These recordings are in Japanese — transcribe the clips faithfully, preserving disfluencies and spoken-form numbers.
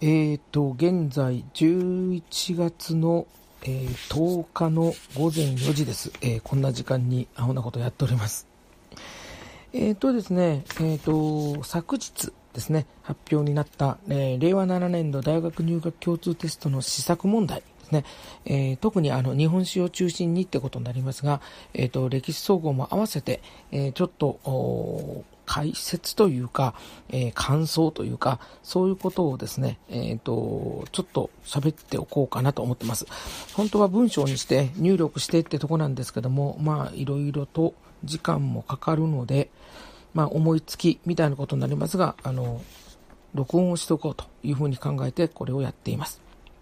えーと、現在じゅういちがつの、えー、とおかのごぜんよじです。えー、こんな時間にアホなことやっております。えーとですね、えーと、昨日ですね、発表になった、えー、れいわななねんど大学入学共通テストの試作問題ですね。えー、特にあの日本史を中心にってことになりますが、えーと、歴史総合も合わせて、えー、ちょっと解説というか、えー、感想というか、そういうことをですね、えーと、ちょっと喋っておこうかなと思ってます。本当は文章にして入力してってとこなんですけども、まあいろいろと時間もかかるので、まあ思いつきみたいなことになりますが、あの録音をしておこうというふうに考えてこれをやっています。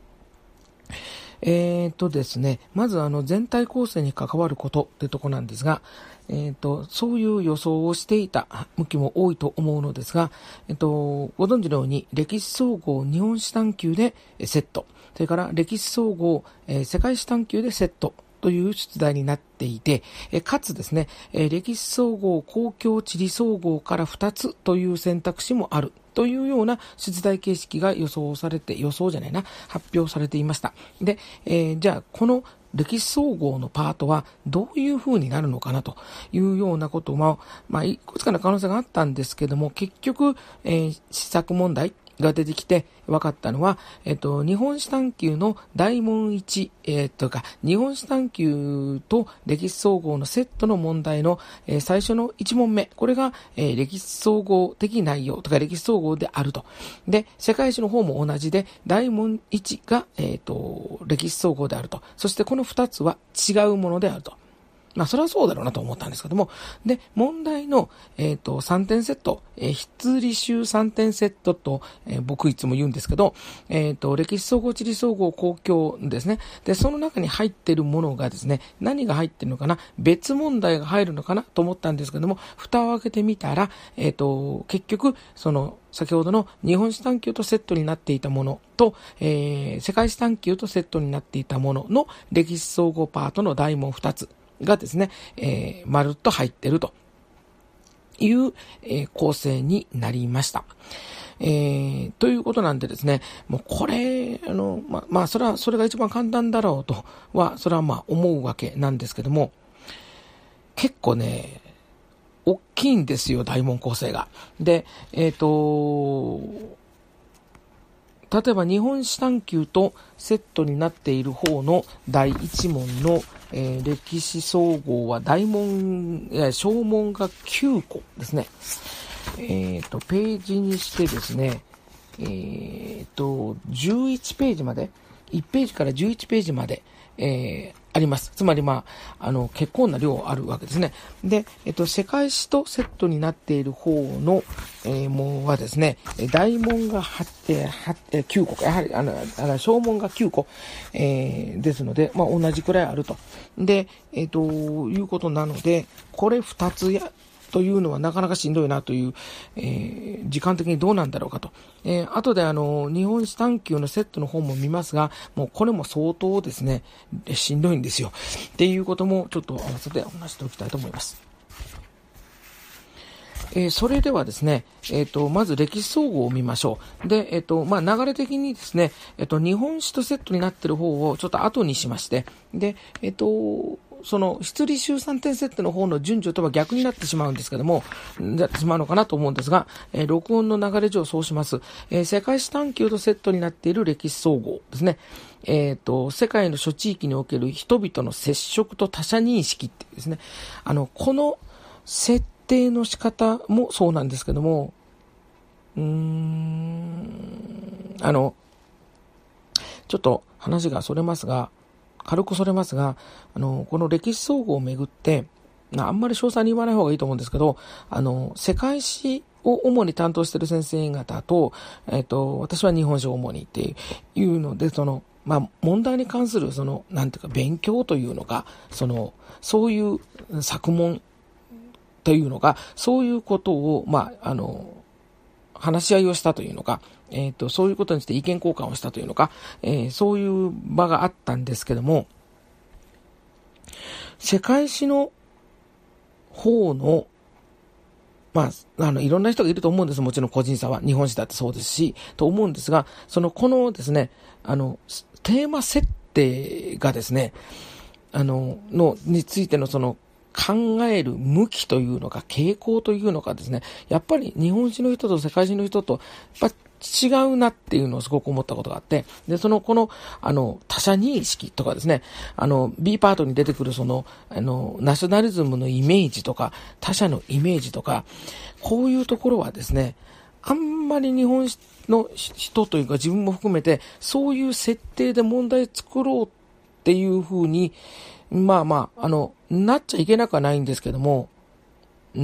えーとですね、まずあの全体構成に関わることってとこなんですが、えーと、そういう予想をしていた向きも多いと思うのですが、えーと、ご存知のように歴史総合日本史探究でセット、それから歴史総合、えー、世界史探究でセットという出題になっていて、えかつですね、え歴史総合、公共地理総合からふたつという選択肢もあるというような出題形式が予想されて、予想じゃないな、発表されていました。で、えー、じゃあこの歴史総合のパートはどういう風になるのかなというようなことも、まあ、いくつかの可能性があったんですけども、結局、えー、試作問題が出てきて分かったのは、えっと、日本史探究の大問いち、えー、とか、日本史探究と歴史総合のセットの問題の、えー、最初のいち問目、これが、えー、歴史総合的内容とか歴史総合であると。で、世界史の方も同じで、大問いちが、えー、と、歴史総合であると。そしてこのふたつは違うものであると。まあ、それはそうだろうなと思ったんですけども。で、問題の、えっと、さんてんセット、えー、筆履修さんてんセットと、えー、僕いつも言うんですけど、えっと、歴史総合、地理総合、公共ですね。で、その中に入っているものがですね、何が入っているのかな、別問題が入るのかなと思ったんですけども、蓋を開けてみたら、えっと、結局、その、先ほどの日本史探究とセットになっていたものと、えー、世界史探究とセットになっていたものの歴史総合パートの大問ふたつ。がですね、えー、まるっと入っているという、えー、構成になりました。えー、ということなんでですね、もうこれ、あの、ま、まあ、それは、それが一番簡単だろうとは、それはまあ思うわけなんですけども、結構ね、大きいんですよ、大問構成が。で、えっと、例えば日本史探究とセットになっている方のだいいち問の、えー、歴史総合は大問、小問がきゅうこですね。えっと、ページにしてですね、えっと、じゅういちページまで、いちページからじゅういちページまで、えー、あります。つまり、まあ、あの、結構な量あるわけですね。で、えっと、世界史とセットになっている方の、えー、門はですね、大門がはってはってきゅうこか、やはり、あの、あの小門がきゅうこ、えー、ですので、まあ、同じくらいあると。で、えっと、いうことなので、これふたつや、というのはなかなかしんどいなという、えー、時間的にどうなんだろうかと。えー、後であの、日本史探究のセットの方も見ますが、もうこれも相当ですね、しんどいんですよ。っていうこともちょっと合わせてお話しておきたいと思います。えー、それではですね、えっと、まず歴史総合を見ましょう。で、えっと、まあ、流れ的にですね、えっと、日本史とセットになっている方をちょっと後にしまして、で、えっと、その、筆履修さんてんセットの方の順序とは逆になってしまうんですけども、なってしまうのかなと思うんですが、えー、録音の流れ上そうします。えー、世界史探究とセットになっている歴史総合ですね。えっと、世界の諸地域における人々の接触と他者認識っていうですね、あの、この設定の仕方もそうなんですけども、うーん、あの、ちょっと話がそれますが、軽くそれますが、あの、この歴史総合をめぐって、あんまり詳細に言わない方がいいと思うんですけど、あの、世界史を主に担当している先生方と、えっと、私は日本史を主にっていうので、その、まあ、問題に関する、その、なんていうか、勉強というのが、その、そういう作問というのが、そういうことを、まあ、あの、話し合いをしたというのか、えっと、そういうことについて意見交換をしたというのか、えー、そういう場があったんですけども、世界史の方のまあ、あの、いろんな人がいると思うんです。もちろん個人差は。日本史だってそうですし、と思うんですが、その、このですね、あの、テーマ設定がですね、あの、の、についてのその、考える向きというのか、傾向というのかですね、やっぱり日本史の人と世界史の人と、やっぱ違うなっていうのをすごく思ったことがあって、で、その、この、あの、他者認識とかですね、あの、B パートに出てくるその、あの、ナショナリズムのイメージとか、他者のイメージとか、こういうところはですね、あんまり日本の人というか自分も含めて、そういう設定で問題作ろうっていうふうに、まあまあ、あの、なっちゃいけなくはないんですけども、うん。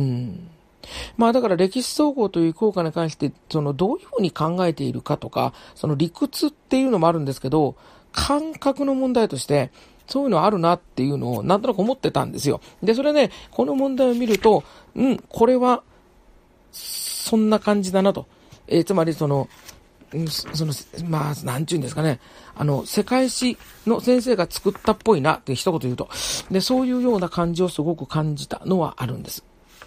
まあだから歴史総合という効果に関して、そのどういうふうに考えているかとか、その理屈っていうのもあるんですけど、感覚の問題として、そういうのあるなっていうのをなんとなく思ってたんですよ。で、それね、この問題を見ると、うん、これは、そんな感じだなと。えー、つまりその、その、まあ、なんちゅうんですかね。あの、世界史の先生が作ったっぽいなって一言言うと。で、そういうような感じをすごく感じたのはあるんです。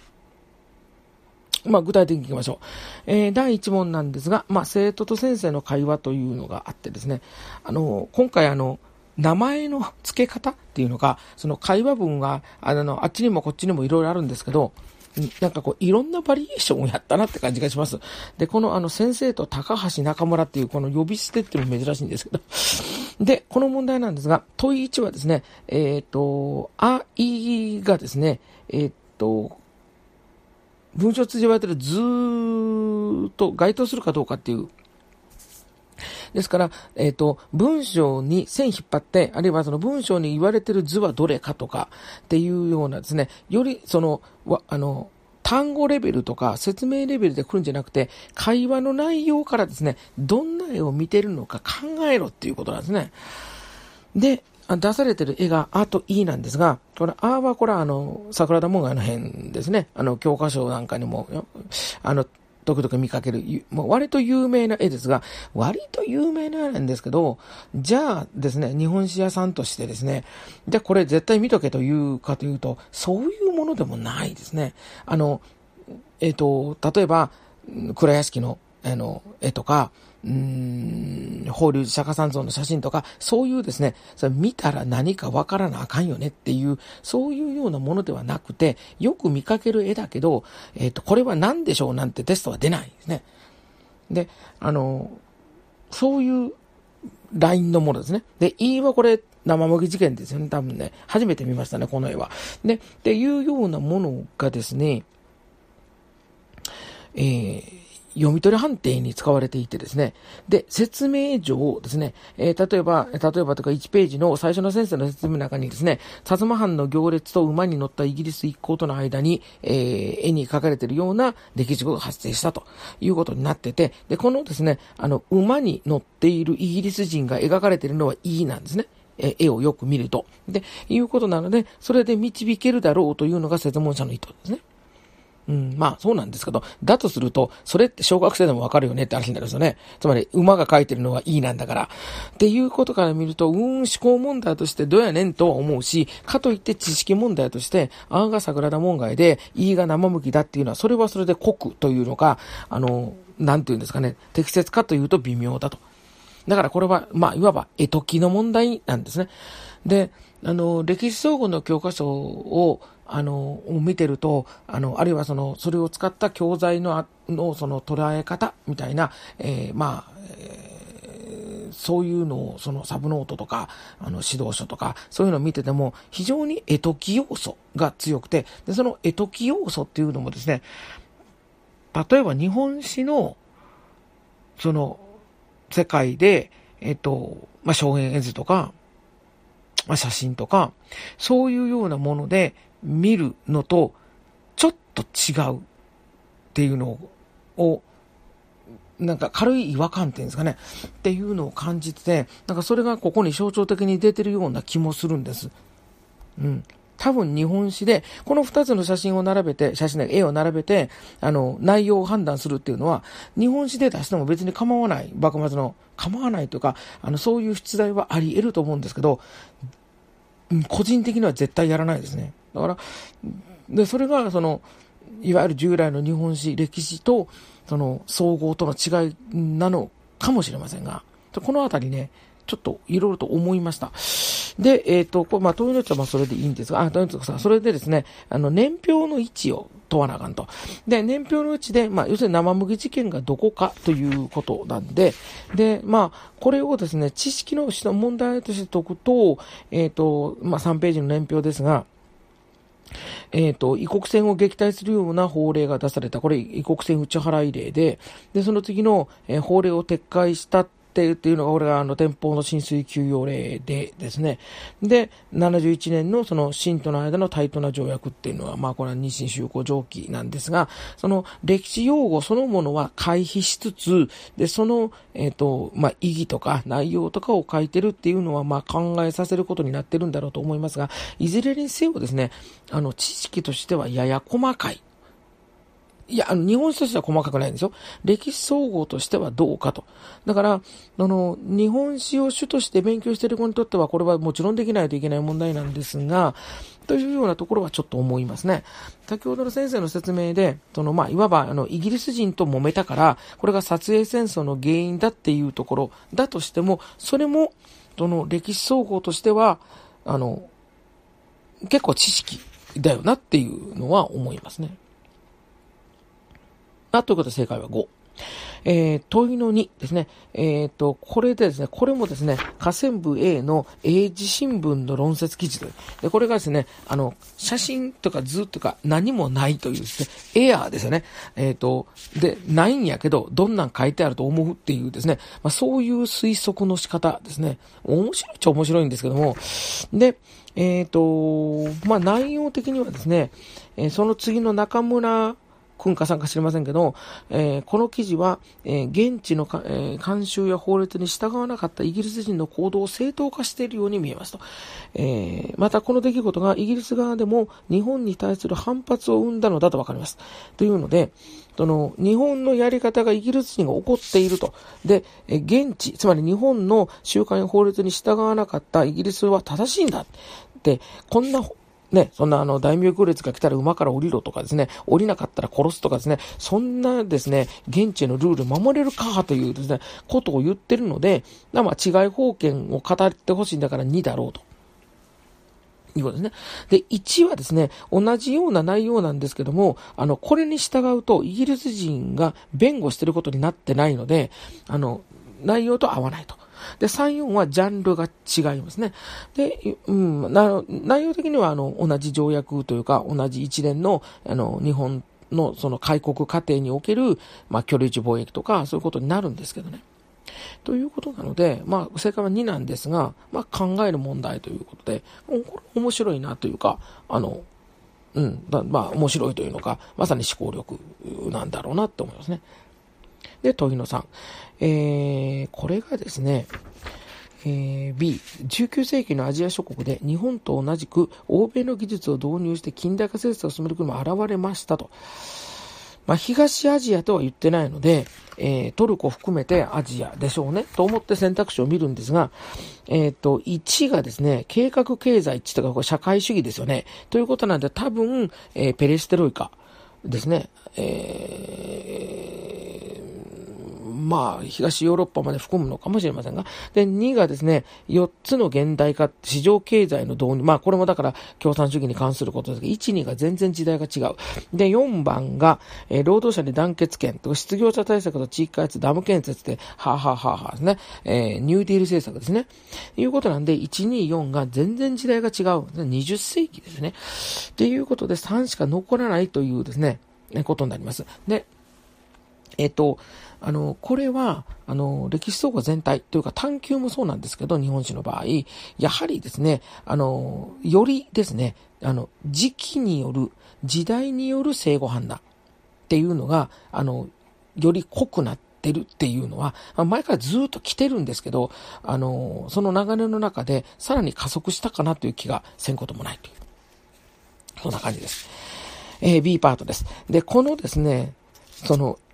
まあ、具体的にいきましょう。えー、だいいち問なんですが、まあ、生徒と先生の会話というのがあってですね。あの、今回あの、名前の付け方っていうのが、その会話文が、あの、あっちにもこっちにもいろいろあるんですけど、なんかこう、いろんなバリエーションをやったなって感じがします。で、このあの、先生と高橋中村っていうこの呼び捨てっていうのも珍しいんですけど。で、この問題なんですが、問いいちはですね、えっと、あ、いがですね、えっと、文章通じ言われてるずーっと該当するかどうかっていう。ですから、えっと、文章に線引っ張って、あるいはその文章に言われてる図はどれかとかっていうようなですね、よりその、わあの、単語レベルとか説明レベルで来るんじゃなくて、会話の内容からですね、どんな絵を見てるのか考えろっていうことなんですね。で、出されてる絵があといなんですが、これ、あはこれはあの、桜田門外の辺ですね。あの、教科書なんかにも、あの、時々見かける、もう割と有名な絵ですが、割と有名な絵なんですけど、じゃあですね、日本史屋さんとしてですね、じゃあこれ絶対見とけというかというと、そういうものでもないですね。あの、えっと、例えば、蔵屋敷の、あの、絵とか、うーん、法隆寺釈迦三像の写真とか、そういうですね、それ見たら何かわからなあかんよねっていう、そういうようなものではなくて、よく見かける絵だけど、えっと、これは何でしょうなんてテストは出ないんですね。で、あの、そういうラインのものですね。で、E はこれ、生麦事件ですよね。多分ね、初めて見ましたね、この絵は。で、っていうようなものがですね、えー、読み取り判定に使われていてですね。で、説明上ですね、えー、例えば、例えばとかいちページの最初の先生の説明の中にですね、薩摩藩の行列と馬に乗ったイギリス一行との間に、えー、絵に描かれているような歴史事故が発生したということになってて、で、このですね、あの、馬に乗っているイギリス人が描かれているのは E なんですね。絵をよく見ると。で、いうことなので、それで導けるだろうというのが説問者の意図ですね。うん、まあそうなんですけど、だとすると、それって小学生でもわかるよねって話になるんですよね。つまり、馬が描いてるのはいいなんだから。っていうことから見ると、うーん、思考問題としてどうやねんとは思うし、かといって知識問題として、あが桜田門外で、いが生向きだっていうのは、それはそれで酷というのか、あの、なんていうんですかね、適切かというと微妙だと。だからこれは、まあ、いわば絵解きの問題なんですね。で、あの、歴史総合の教科書を、あの、見てると、あの、あるいはその、それを使った教材の、の、その捉え方みたいな、えー、まあ、えー、そういうのを、そのサブノートとか、あの、指導書とか、そういうのを見てても、非常に絵解き要素が強くて、で、その絵解き要素っていうのもですね、例えば日本史の、その、世界で、えっと、まあ、小編絵図とか、まあ、写真とか、そういうようなもので見るのと、ちょっと違うっていうのを、なんか軽い違和感っていうんですかね、っていうのを感じてて、なんかそれがここに象徴的に出てるような気もするんです。うん。多分日本史で、この二つの写真を並べて、写真で絵を並べて、あの、内容を判断するっていうのは、日本史で出しても別に構わない、幕末の、構わないというか、あの、そういう出題はあり得ると思うんですけど、個人的には絶対やらないですね。だから、で、それが、その、 いわゆる従来の日本史、歴史と、その、総合との違いなのかもしれませんが、このあたりね、ちょっといろいろと思いました。で、えっ、ー、と、これ、まあ、問いの位置はまあそれでいいんですが、あ、問いの位置はそれでですね、あの、年表の位置を問わなあかんと。で、年表の位置で、まあ、要するに生麦事件がどこかということなんで、で、まあ、これをですね、知識の問題として解くと、えっ、ー、と、まあ、さんページの年表ですが、えっ、ー、と、異国船を撃退するような法令が出された。これ、異国船打ち払い令で、で、その次の、えー、法令を撤回したっていうのが、これがあの、天保の浸水休養令でですね。で、ななじゅういちねんのその、清との間の対等な条約っていうのは、まあ、これは日清修好条記なんですが、その、歴史用語そのものは回避しつつ、で、その、えっ、ー、と、まあ、意義とか内容とかを書いてるっていうのは、まあ、考えさせることになってるんだろうと思いますが、いずれにせよですね、あの、知識としてはやや細かい。いや、あの、日本史としては細かくないんですよ。歴史総合としてはどうかと。だから、あの、日本史を主として勉強している子にとっては、これはもちろんできないといけない問題なんですが、というようなところはちょっと思いますね。先ほどの先生の説明で、その、まあ、いわば、あの、イギリス人と揉めたから、これが撮影戦争の原因だっていうところだとしても、それも、その、歴史総合としては、あの、結構知識だよなっていうのは思いますね。あ、ということで正解はご。えー、問いのにですね。えっ、ー、と、これでですね、これもですね、下線部 A の英字新聞の論説記事という。で、これがですね、あの、写真とか図とか何もないというですね、エアーですよね。えっ、ー、と、で、ないんやけど、どんなん書いてあると思うっていうですね、まあ、そういう推測の仕方ですね。面白いっちゃ面白いんですけども。で、えっ、ー、と、まあ、内容的にはですね、えー、その次の中村君かさんか知りませんけど、えー、この記事は、えー、現地のか、えー、慣習や法律に従わなかったイギリス人の行動を正当化しているように見えますと。えー、またこの出来事がイギリス側でも日本に対する反発を生んだのだとわかります。というので、その日本のやり方がイギリス人が起こっていると。で、えー、現地、つまり日本の習慣や法律に従わなかったイギリスは正しいんだ。で、こんなね、そんなあの大名行列が来たら馬から降りろとかですね、降りなかったら殺すとかですね、そんなですね、現地のルール守れるかというですね、ことを言ってるので、まあ、違い法権を語ってほしいんだからにだろうと。いうことですね。で、いちはですね、同じような内容なんですけども、あの、これに従うと、イギリス人が弁護してることになってないので、あの、内容と合わないと。で、さん、よんはジャンルが違いますね。で、うん、な内容的には、あの、同じ条約というか、同じ一連の、あの、日本のその開国過程における、まあ、居留地貿易とか、そういうことになるんですけどね。ということなので、まあ、正解はになんですが、まあ、考える問題ということで、これ面白いなというか、あの、うん、まあ、面白いというのか、まさに思考力なんだろうなと思いますね。で、問いのさん。えー、これがですね、えー、B、じゅうきゅうせいきのアジア諸国で日本と同じく欧米の技術を導入して近代化政策を進める国も現れましたと。まあ、東アジアとは言ってないので、えー、トルコ含めてアジアでしょうね、と思って選択肢を見るんですが、えっと、いちがですね、計画経済いちとかこれ社会主義ですよね。ということなんで多分、えー、ペレステロイカですね。えーまあ、東ヨーロッパまで含むのかもしれませんが。で、にがですね、よっつの現代化、市場経済の導入。まあ、これもだから共産主義に関することですけど、いち、にが全然時代が違う。で、よんばんが、えー、労働者に団結権と失業者対策と地域開発、ダム建設で、はぁはぁはぁはぁですね。えー、ニューディール政策ですね。いうことなんで、いち、に、よんが全然時代が違う。にじゅっせいきですね。っていうことで、さんしか残らないというですね、ことになります。で、えっと、あの、これは、あの、歴史総合全体というか探究もそうなんですけど、日本史の場合、やはりですね、あの、よりですね、あの、時期による、時代による正誤判断っていうのが、あの、より濃くなってるっていうのは、前からずっと来てるんですけど、あの、その流れの中でさらに加速したかなという気がせんこともないという。そんな感じです。えー、B パートです。で、このですね、その、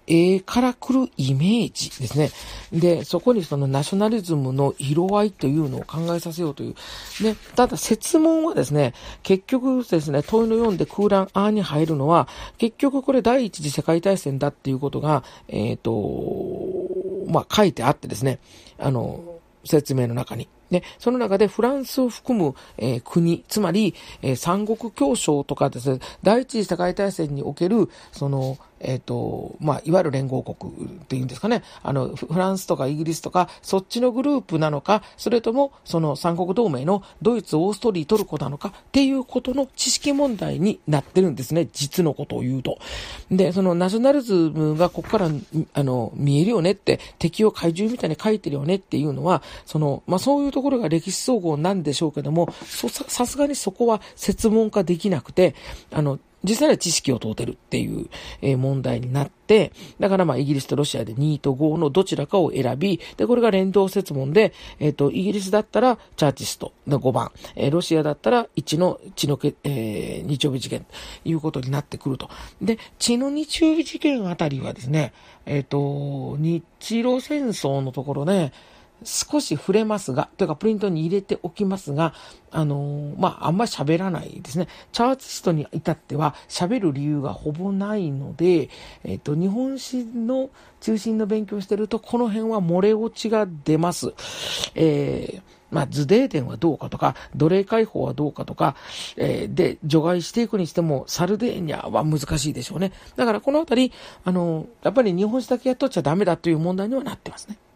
絵から来るイメージですね。で、そこにそのナショナリズムの色合いというのを考えさせようという。で、ただ設問はですね、結局ですね、問いのよんで空欄あに入るのは、結局これ第一次世界大戦だっていうことが、えっと、まあ書いてあってですね、あの、説明の中に。で、その中でフランスを含む、えー、国、つまり、えー、三国協商とかですね、第一次世界大戦における、その、えっと、まあ、いわゆる連合国っていうんですかね。あの、フランスとかイギリスとか、そっちのグループなのか、それとも、その三国同盟のドイツ、オーストリー、トルコなのかっていうことの知識問題になってるんですね。実のことを言うと。で、そのナショナリズムがここから、あの、見えるよねって、敵を怪獣みたいに書いてるよねっていうのは、その、まあ、そういうところが歴史総合なんでしょうけども、そさすがにそこは設問化できなくて、あの、実際には知識を問うてるっていう、えー、問題になって、だからまあイギリスとロシアでにとごのどちらかを選び、で、これが連動設問で、えっと、イギリスだったらチャーチストのごばん、えー、ロシアだったらいちの血のけ、えー、日曜日事件ということになってくると。で、血の日曜日事件あたりはですね、えっと、日露戦争のところで、少し触れますが、というかプリントに入れておきますが、あのー、まあ、あんまり喋らないですね。チャーチストに至っては喋る理由がほぼないので、えっと、日本史の中心の勉強してると、この辺は漏れ落ちが出ます。えーまあ、ズデーデンはどうかとか、奴隷解放はどうかとか、えー、で、除外していくにしても、サルデーニャは難しいでしょうね。だからこのあたり、あのー、やっぱり日本史だけやっとっちゃダメだという問題にはなってますね。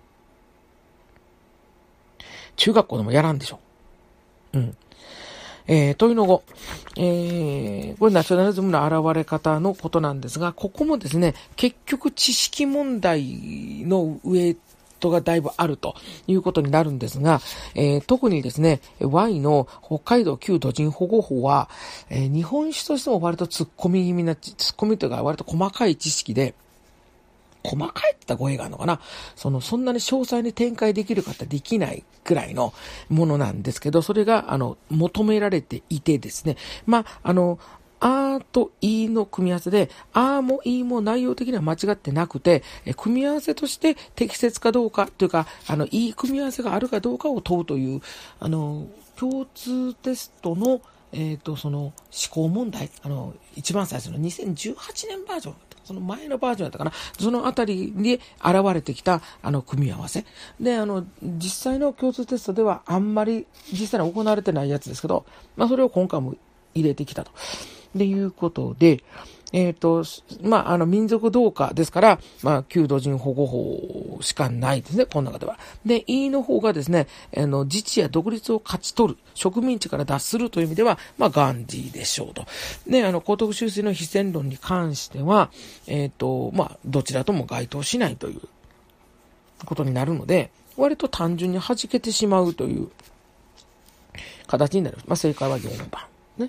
中学校でもやらんでしょ。うん。えー、問いのご。えー、これナショナリズムの現れ方のことなんですが、ここもですね、結局知識問題のウエイトがだいぶあるということになるんですが、えー、特にですね、Y の北海道旧土人保護法は、えー、日本史としても割と突っ込み気味な、突っ込みというか割と細かい知識で、細かいって言ったら語弊があるのかな。その、そんなに詳細に展開できるかってできないくらいのものなんですけど、それが、あの、求められていてですね。まあ、あの、あーといの組み合わせで、あーもいも内容的には間違ってなくて、組み合わせとして適切かどうかというか、あの、いい組み合わせがあるかどうかを問うという、あの、共通テストの、えっと、その、思考問題、あの、一番最初のにせんじゅうはちねんバージョン、その前のバージョンだったかな。そのあたりに現れてきた、あの、組み合わせ。で、あの、実際の共通テストではあんまり実際に行われてないやつですけど、まあ、それを今回も入れてきたと。でいうことで、えっと、まあ、あの、民族同化ですから、まあ、旧土人保護法しかないですね、この中では。で、E の方がですね、あの、自治や独立を勝ち取る、植民地から脱するという意味では、まあ、ガンジーでしょうと。で、あの、高徳修正の非戦論に関しては、えっと、まあ、どちらとも該当しないということになるので、割と単純に弾けてしまうという形になる。まあ、正解はよんばん。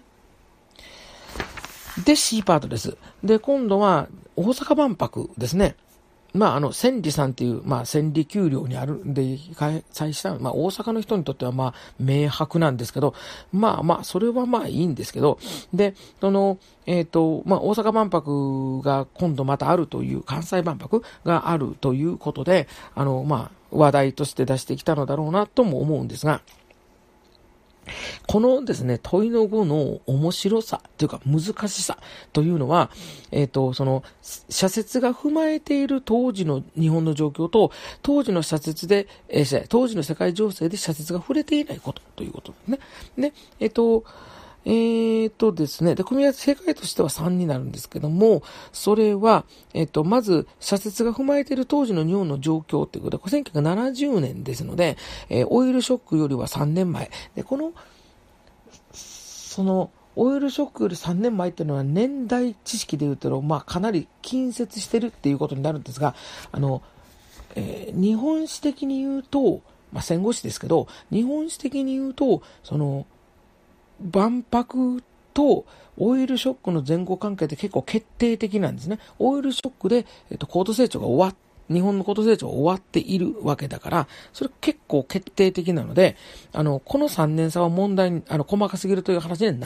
で、C パートです。で、今度は、大阪万博ですね。まあ、あの、千里さんっていう、まあ、千里丘陵にあるんで、開催した、まあ、大阪の人にとっては、まあ、明白なんですけど、まあまあ、それはまあいいんですけど、で、その、えっと、まあ、大阪万博が今度またあるという、関西万博があるということで、あの、まあ、話題として出してきたのだろうなとも思うんですが、このですね、問いのごの面白さというか難しさというのは、えっと、その、社説が踏まえている当時の日本の状況と、当時の社説で、えー、当時の世界情勢で社説が触れていないことということですね。で、えっと、えーとですね。で、組み合わせ正解としてはさんになるんですけども、それは、えっと、まず、社説が踏まえている当時の日本の状況ということで、これせんきゅうひゃくななじゅうねんですので、えー、オイルショックよりはさんねんまえ。で、この、その、オイルショックよりさんねんまえっていうのは年代知識で言うと、まあ、かなり近接してるっていうことになるんですが、あの、えー、日本史的に言うと、まあ、戦後史ですけど、日本史的に言うと、その、万博とオイルショックの前後関係って結構決定的なんですね。オイルショックで、えっと、高度成長が終わっ日本の高度成長が終わっているわけだから、それ結構決定的なので、あの、このさんねん差は問題に、あの、細かすぎるという話にはならない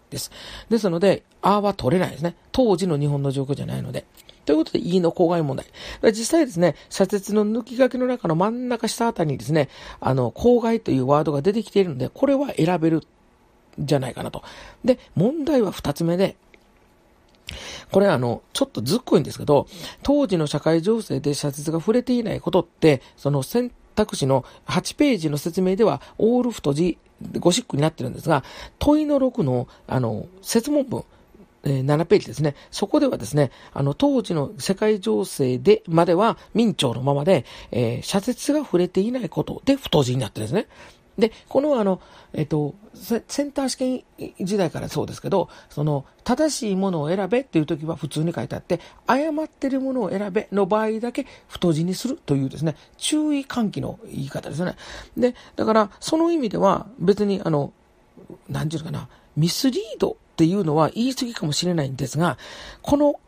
です。ですので、あは取れないですね。当時の日本の状況じゃないので。ということで、いの口外問題。実際ですね、社説の抜き書きの中の真ん中下あたりにですね、あの、口外というワードが出てきているので、これは選べるんじゃないかなと。で、問題は二つ目で、これあの、ちょっとずっこいんですけど、当時の社会情勢で社説が触れていないことって、その選択肢のはちページの説明では、オール太字、ゴシックになってるんですが、問いのろくの、あの、説問文、えー、ななページですね。そこではですね、あの、当時の世界情勢で、までは明朝のままで、えー、社説が触れていないことで太字になってるんですね。で、このあの、えっと、センター試験時代からそうですけど、その、正しいものを選べっていう時は普通に書いてあって、誤ってるものを選べの場合だけ太字にするというですね、注意喚起の言い方ですね。で、だから、その意味では別にあの、なんていうのかな、ミスリードっていうのは言い過ぎかもしれないんですが、この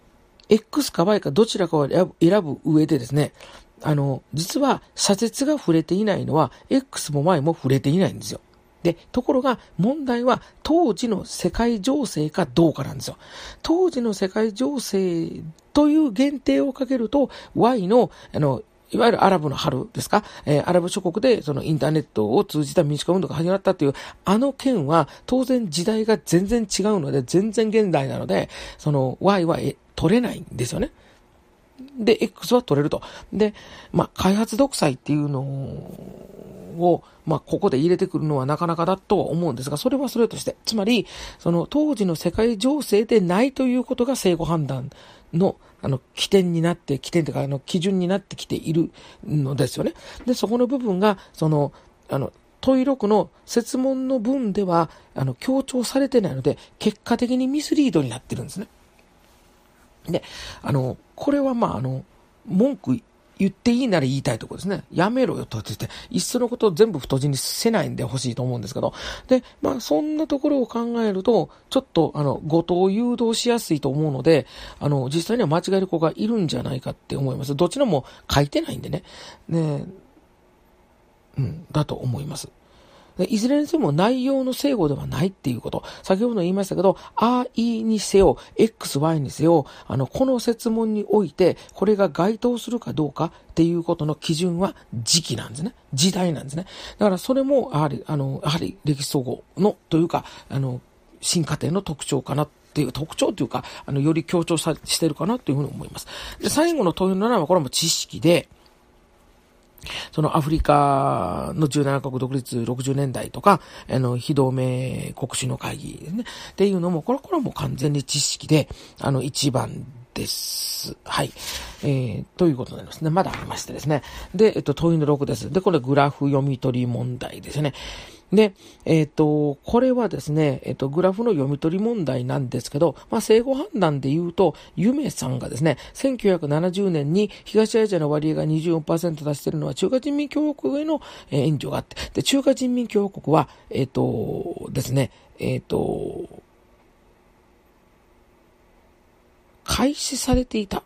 X か Y かどちらかを選ぶ、選ぶ上でですね、あの、実は、社説が触れていないのは、X も Y も触れていないんですよ。で、ところが、問題は、当時の世界情勢かどうかなんですよ。当時の世界情勢という限定をかけると、Y の、あの、いわゆるアラブの春ですか、えー、アラブ諸国でそのインターネットを通じた民主化運動が始まったっていう、あの件は、当然時代が全然違うので、全然現代なので、その Y は取れないんですよね。で、X は取れると。で、まあ、開発独裁っていうのを、まあ、ここで入れてくるのはなかなかだとは思うんですが、それはそれとして、つまり、その当時の世界情勢でないということが正誤判断の、あの、起点になって、起点というか、あの、基準になってきているのですよね。で、そこの部分が、その、あの、問いろくの設問の文では、あの、強調されてないので、結果的にミスリードになってるんですね。で、あの、これはまあ、あの、文句言っていいなら言いたいところですね。やめろよと言って、いっそのことを全部太字にせないんでほしいと思うんですけど。で、まあ、そんなところを考えると、ちょっと、あの、誤答誘導しやすいと思うので、あの、実際には間違える子がいるんじゃないかって思います。どちらも書いてないんでね。ね、うん、だと思います。いずれにせよ内容の正誤ではないっていうこと。先ほど言いましたけど、あ、いにせよ、X、Y にせよ、あの、この設問において、これが該当するかどうかっていうことの基準は時期なんですね。時代なんですね。だからそれも、やはり、あの、やはり歴史総合の、というか、あの、新過程の特徴かなっていう、特徴というか、あの、より強調さしてるかなというふうに思います。で、最後の問いのななは、これも知識で、そのアフリカのじゅうななカ国独立ろくじゅうねんだいとか、あの、非同盟国首の会議ですね。っていうのも、これ、これはもう完全に知識で、あの、一番です。はい。えー、ということになりますね。まだありましてですね。で、えっと、問いのろくです。で、これグラフ読み取り問題ですね。で、えっと、これはですね、えっと、グラフの読み取り問題なんですけど、まあ、正誤判断で言うと、ゆめさんがですね、せんきゅうひゃくななじゅうねんに東アジアの割合が にじゅうよんパーセント 出しているのは中華人民共和国への援助があって、で、中華人民共和国は、えっと、ですね、えっと、開始されていた。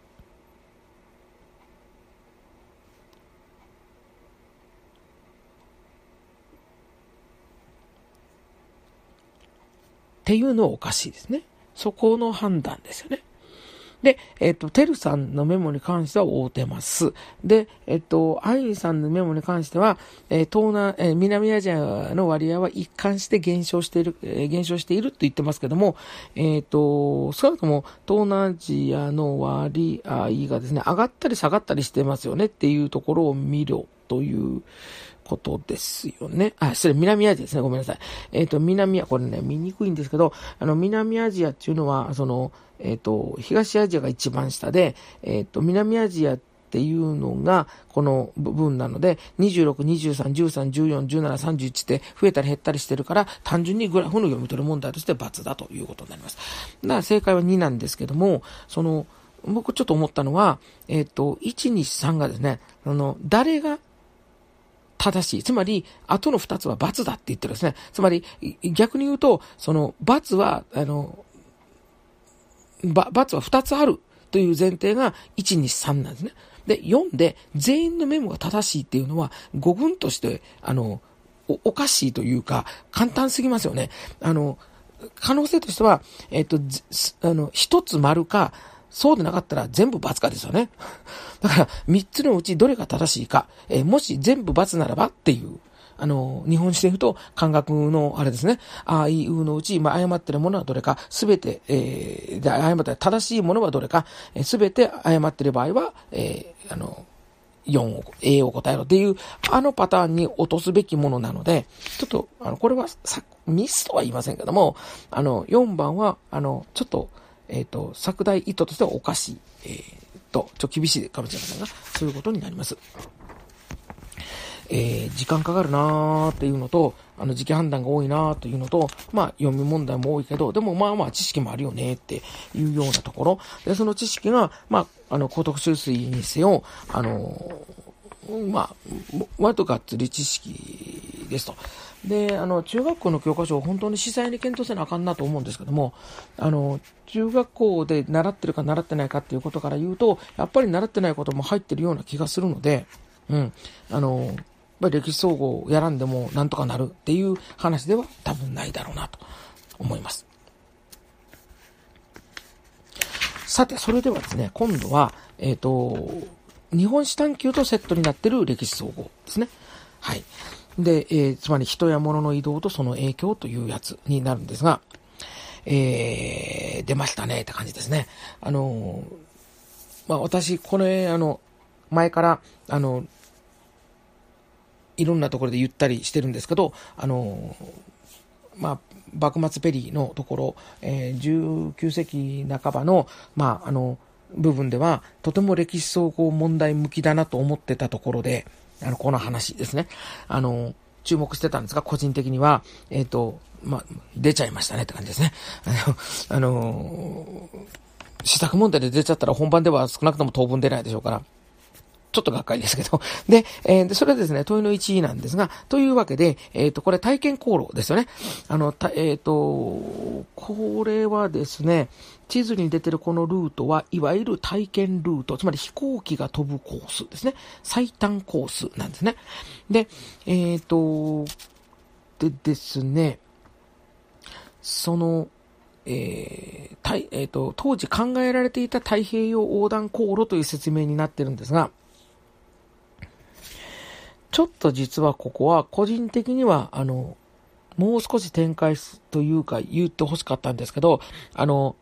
っていうのはおかしいですね。そこの判断ですよね。で、えっと、テルさんのメモに関しては合うてます。で、えっと、アインさんのメモに関しては、えー、東南、えー、南アジアの割合は一貫して減少している、えー、減少していると言ってますけども、えっと、少なくとも東南アジアの割合がですね、上がったり下がったりしてますよねっていうところを見ろということですよね。あ、失礼、南アジアですね。ごめんなさい。えっと、南ア、これね、見にくいんですけど、あの、南アジアっていうのは、その、えっと、東アジアが一番下で、えっと、南アジアっていうのが、この部分なので、にじゅうろく、にじゅうさん、じゅうさん、じゅうよん、じゅうなな、さんじゅういちって増えたり減ったりしてるから、単純にグラフの読み取り問題として×だということになります。だから正解はになんですけども、その、僕ちょっと思ったのは、えっと、いち、に、さんがですね、あの、誰が正しい。つまり、後の二つは×だって言ってるんですね。つまり、逆に言うと、その、×は、あの、ば、×は二つあるという前提がいち、に、さんなんですね。で、よんで、全員のメモが正しいっていうのは、語群として、あの、お、おかしいというか、簡単すぎますよね。あの、 可能性としては、えっと、あの、一つ丸か、そうでなかったら全部×かですよね。だから、三つのうちどれが正しいか、えー、もし全部×ならばっていう、あの、日本史で言うと、漢学のあれですね、あいう、うのうち、まあ、誤ってるものはどれか、すべて、えー、で、誤って正しいものはどれか、すべ、えー、て誤ってる場合は、えー、あの、よんを、A を答えろっていう、あのパターンに落とすべきものなので、ちょっと、あの、これはさ、ミスとは言いませんけども、あの、よんばんは、あの、ちょっと、えっと、作題意図としてはおかしい、えー、と、ちょっと厳しいかもしれませんが、そういうことになります。えー、時間かかるなーっていうのと、あの、時期判断が多いなーというのと、まあ、読み問題も多いけど、でもまあまあ知識もあるよねっていうようなところ。で、その知識が、まあ、あの、高徳修水にせよ、あのー、まあ、割とがっつり知識ですと。で、あの、中学校の教科書を本当に司祭に検討せなあかんなと思うんですけども、あの、中学校で習ってるか習ってないかっていうことから言うと、やっぱり習ってないことも入ってるような気がするので、うん、あの、やっぱり歴史総合をやらんでもなんとかなるっていう話では多分ないだろうなと思います。さて、それではですね、今度は、えっと、日本史探究とセットになっている歴史総合ですね。はい。で、えー、つまり人や物の移動とその影響というやつになるんですが、えー、出ましたねって感じですね。あの、まあ、私、これ、あの、前から、あの、いろんなところで言ったりしてるんですけど、あの、まあ、幕末ペリーのところ、えー、じゅうきゅうせいきなかばの、まあ、あの、部分では、とても歴史総合問題向きだなと思ってたところで、あの、この話ですね。あの、注目してたんですが、個人的には、えっと、まあ、出ちゃいましたねって感じですね。あの、あの試作問題で出ちゃったら本番では少なくとも当分出ないでしょうから、ちょっとがっかりですけど。で、えー、それですね、問いのいちなんですが、というわけで、えっと、これ体験航路ですよね。あの、たえっと、これはですね、地図に出てるこのルートは、いわゆる体験ルート、つまり飛行機が飛ぶコースですね。最短コースなんですね。で、えっと、でですね、その、えーたいえーと、当時考えられていた太平洋横断航路という説明になってるんですが、ちょっと実はここは個人的には、あの、もう少し展開というか言ってほしかったんですけど、あの、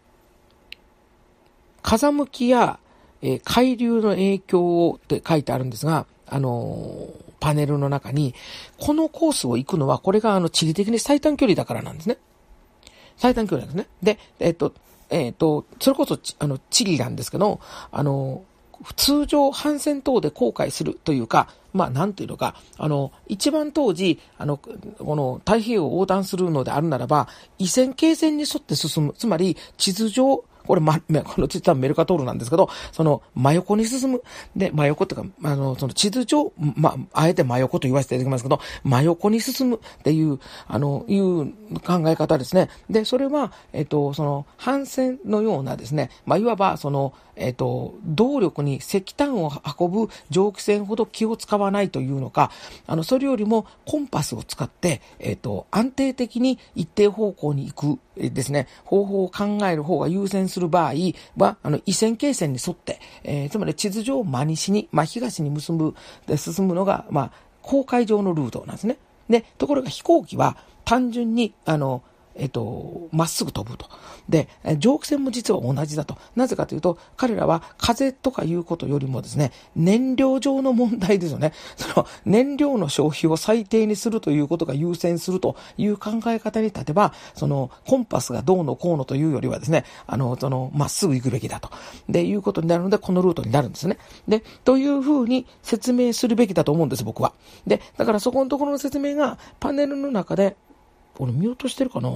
風向きや、えー、海流の影響をって書いてあるんですが、あのー、パネルの中に、このコースを行くのは、これがあの地理的に最短距離だからなんですね。最短距離なんですね。で、えっと、えっと、それこそ、あの、地理なんですけど、あの、通常反戦等で航海するというか、まあ、なんていうのか、あの、一番当時、あの、この太平洋を横断するのであるならば、緯線経線に沿って進む。つまり、地図上、これ、ま、この実はメルカトールなんですけど、その、真横に進む。で、真横っていうか、あの、その地図上、ま、あえて真横と言わせていただきますけど、真横に進むっていう、あの、いう考え方ですね。で、それは、えっと、その、反戦のようなですね、まあ、いわば、その、えっと、動力に石炭を運ぶ蒸気船ほど気を使わないというのか、あの、それよりもコンパスを使って、えっと、安定的に一定方向に行く、えですね、方法を考える方が優先する場合は、あの、緯線経線に沿って、えー、つまり地図上真西に、真東に結ぶ、で進むのが、まあ、航海上のルートなんですね。で、ところが飛行機は単純に、あの、えっと、まっすぐ飛ぶと。で、蒸気船も実は同じだと。なぜかというと、彼らは風とかいうことよりもですね、燃料上の問題ですよね。その燃料の消費を最低にするということが優先するという考え方に立てば、そのコンパスがどうのこうのというよりはですね、あの、その、まっすぐ行くべきだと。で、いうことになるので、このルートになるんですね。で、というふうに説明するべきだと思うんです、僕は。で、だからそこのところの説明がパネルの中で、俺見落としてるかな？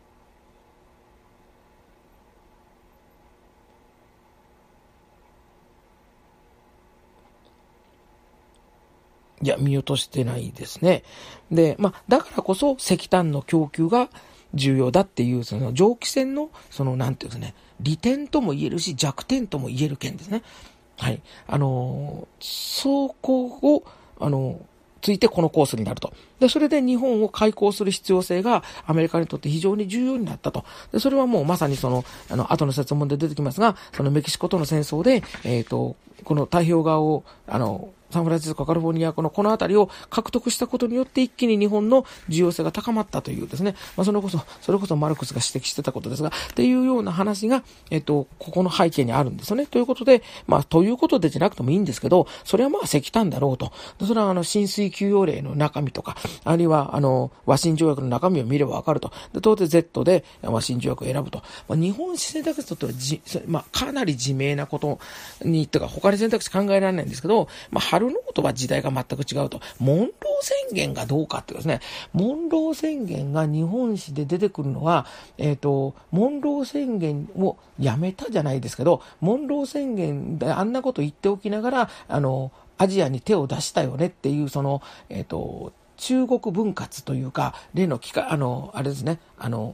いや、見落としてないですね。で、まあ、だからこそ石炭の供給が重要だっていう、その蒸気船の、その、なんていうんですね、利点とも言えるし、弱点とも言える件ですね。はい。あのー、そこを、あのー、 ついてこのコースになると。で、それで日本を開港する必要性がアメリカにとって非常に重要になったと。で、それはもうまさにその、あの、後の説問で出てきますが、そのメキシコとの戦争で、えっと、この太平洋側を、あの、サンフランシスコ、カリフォルニア、この、この辺りを獲得したことによって一気に日本の重要性が高まったというですね、まあ、それこそ、それこそマルクスが指摘してたことですが、っていうような話が、えっと、ここの背景にあるんですよね。ということで、まあ、ということでじゃなくてもいいんですけど、それはまあ石炭だろうと。それはあの、浸水休養令の中身とか、あるいはあの、ワシン条約の中身を見ればわかると。で、当然 Z でワシン条約を選ぶと。まあ、日本史選択肢とってはじ、まあ、かなり自明なことに、というか、他に選択肢考えられないんですけど、まあ、春のことは時代が全く違うと。モンロー宣言がどうかっていうですね、モンロー宣言が日本史で出てくるのは、えっと、モンロー宣言をやめたじゃないですけど、モンロー宣言であんなこと言っておきながら、あの、アジアに手を出したよねっていう、その、えっと、中国分割というか、例の機会、あの、あれですね、あの、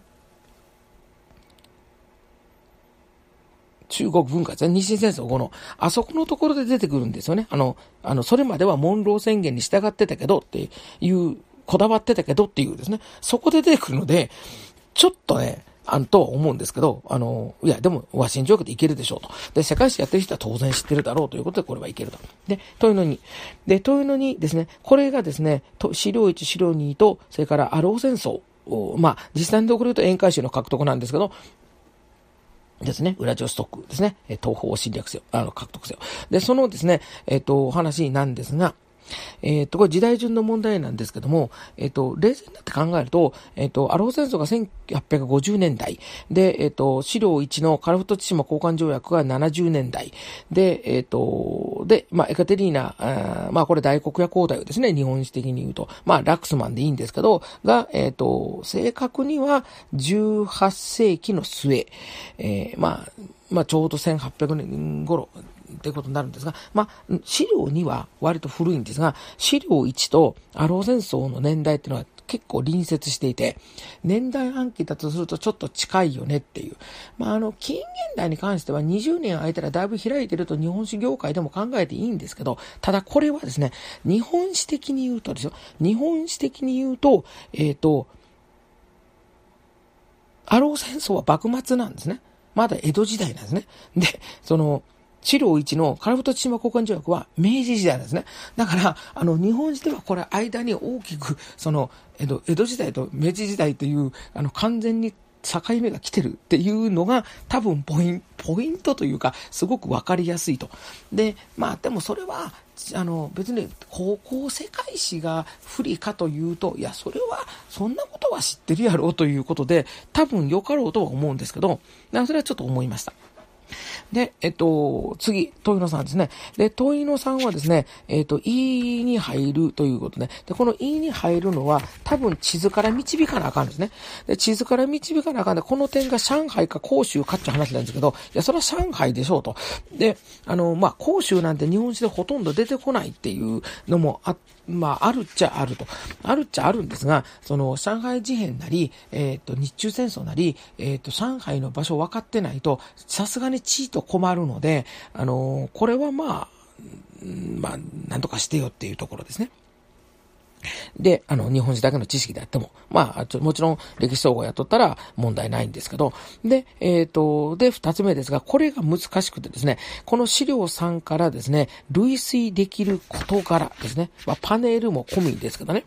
中国文化ですね。日清戦争後の、あそこのところで出てくるんですよね。あの、あの、それまではモンロー宣言に従ってたけどっていう、こだわってたけどっていうですね。そこで出てくるので、ちょっとね、あの、とは思うんですけど、あの、いや、でも、ワシン条約でいけるでしょうと。で、世界史やってる人は当然知ってるだろうということで、これはいけると。で、というのに、で、というのにですね、これがですね、資料いち、資料にと、それからアロー戦争、まあ、実際のところで言うと沿海州の獲得なんですけど、ですね。ウラジオストックですね。東方を侵略せよ。あの、獲得せよ。で、そのですね、えっと、お話なんですが、えっと、これ時代順の問題なんですけども、えっと、冷戦になって考えると、えっと、アロー戦争がせんはっぴゃくごじゅうねんだい、で、えっと、資料いちのカラフト千島交換条約がななじゅうねんだい、で、えっと、で、まあ、エカテリーナ、あまあ、これ大黒屋皇太夫ですね、日本史的に言うと。まあ、ラクスマンでいいんですけど、が、えっと、正確にはじゅうはっせいきの末、えー、まあ、まあ、ちょうどせんはっぴゃくねん頃、ということになるんですが、まあ、資料には割と古いんですが、資料いちとアロー戦争の年代っていうのは結構隣接していて、年代暗記だとするとちょっと近いよねっていう。まあ、あの、近現代に関してはにじゅうねん空いたらだいぶ開いてると日本史業界でも考えていいんですけど、ただこれはですね、日本史的に言うとですよ、日本史的に言うと、えっと、アロー戦争は幕末なんですね。まだ江戸時代なんですね。で、その、資料いちのカラフト千島交換条約は明治時代なんですね。だから、あの、日本史ではこれ間に大きく、その、江戸、江戸時代と明治時代という、あの、完全に境目が来てるっていうのが多分ポイント、ポイントというか、すごくわかりやすいと。で、まあ、でもそれは、あの、別に高校世界史が不利かというと、いや、それは、そんなことは知ってるやろうということで、多分よかろうとは思うんですけど、それはちょっと思いました。で、えっと、次、問いのさんですね。で、問いのさんはですね、えっと、E に入るということで、で、この E に入るのは、多分地図から導かなあかんですね。で、地図から導かなあかんで、この点が上海か広州かっていう話なんですけど、いや、それは上海でしょうと。で、あの、まあ、広州なんて日本史でほとんど出てこないっていうのもあ、まあ、あるっちゃあると。あるっちゃあるんですが、その、上海事変なり、えっと、日中戦争なり、えっと、上海の場所分かってないと、さすがに地位と困るので、あの、これはまあ、まあ、なんとかしてよっていうところですね。で、あの、日本史だけの知識であっても、まあ、ちょもちろん歴史総合やっとったら問題ないんですけど、で、えっと、で、二つ目ですが、これが難しくてですね、この資料さんからですね、類推できる事柄ですね、まあ、パネルも込みですけどね。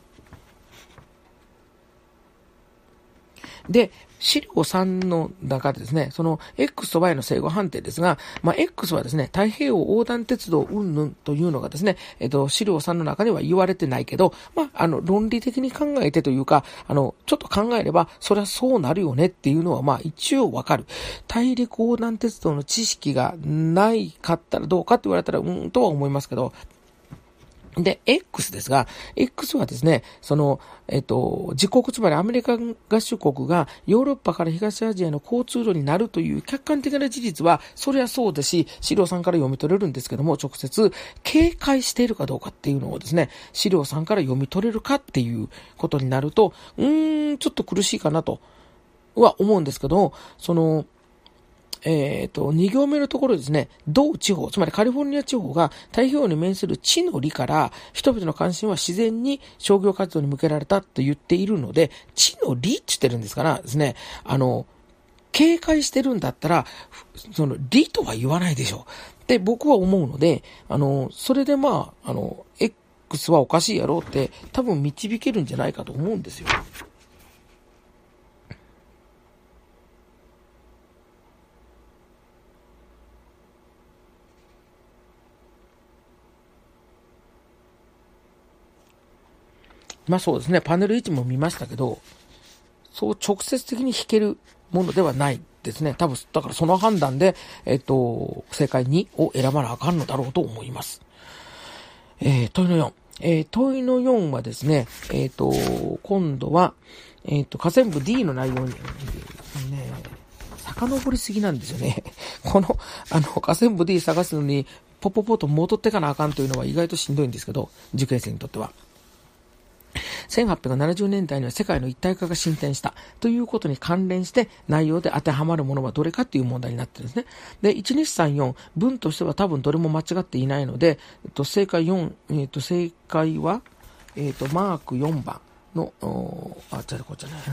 で、資料さんの中でですね、その X と Y の正誤判定ですが、まあ、X はですね、太平洋横断鉄道云々というのがですね、えっと、資料さんの中では言われてないけど、まあ、あの、論理的に考えてというか、あの、ちょっと考えれば、それはそうなるよねっていうのは、まあ、一応わかる。大陸横断鉄道の知識がないかったらどうかって言われたら、うん、とは思いますけど、で、X ですが、X はですね、その、えっと、自国、つまりアメリカ合衆国がヨーロッパから東アジアの交通路になるという客観的な事実は、それはそうですし、資料さんから読み取れるんですけども、直接、警戒しているかどうかっていうのをですね、資料さんから読み取れるかっていうことになると、うーん、ちょっと苦しいかなとは思うんですけど、その、 えっと、に行目のところですね、同地方、つまりカリフォルニア地方が太平洋に面する地の利から人々の関心は自然に商業活動に向けられたと言っているので、地の利って言ってるんですからですね、あの、警戒してるんだったら、その利とは言わないでしょう。って僕は思うので、あの、それでまあ、あの、X はおかしいやろうって多分導けるんじゃないかと思うんですよ。まあそうですね、パネル位置も見ましたけど、そう直接的に弾けるものではないですね。多分、だからその判断で、えっと、正解にを選ばなあかんのだろうと思います。えー、問いのよん。えー、問いのよんはですね、えっと、今度は、えっと、下線部 D の内容に、ね、遡りすぎなんですよね。この、あの、下線部 D 探すのに、ポポポと戻ってかなあかんというのは意外としんどいんですけど、受験生にとっては。せんはっぴゃくななじゅうねんだいには世界の一体化が進展したということに関連して内容で当てはまるものはどれかという問題になってるんですね。で、いち、に、さん、よん、文としては多分どれも間違っていないので、えっと、正解よん、えっと、正解は、えっと、マークよんばんの、あ、じゃあこっちじゃない。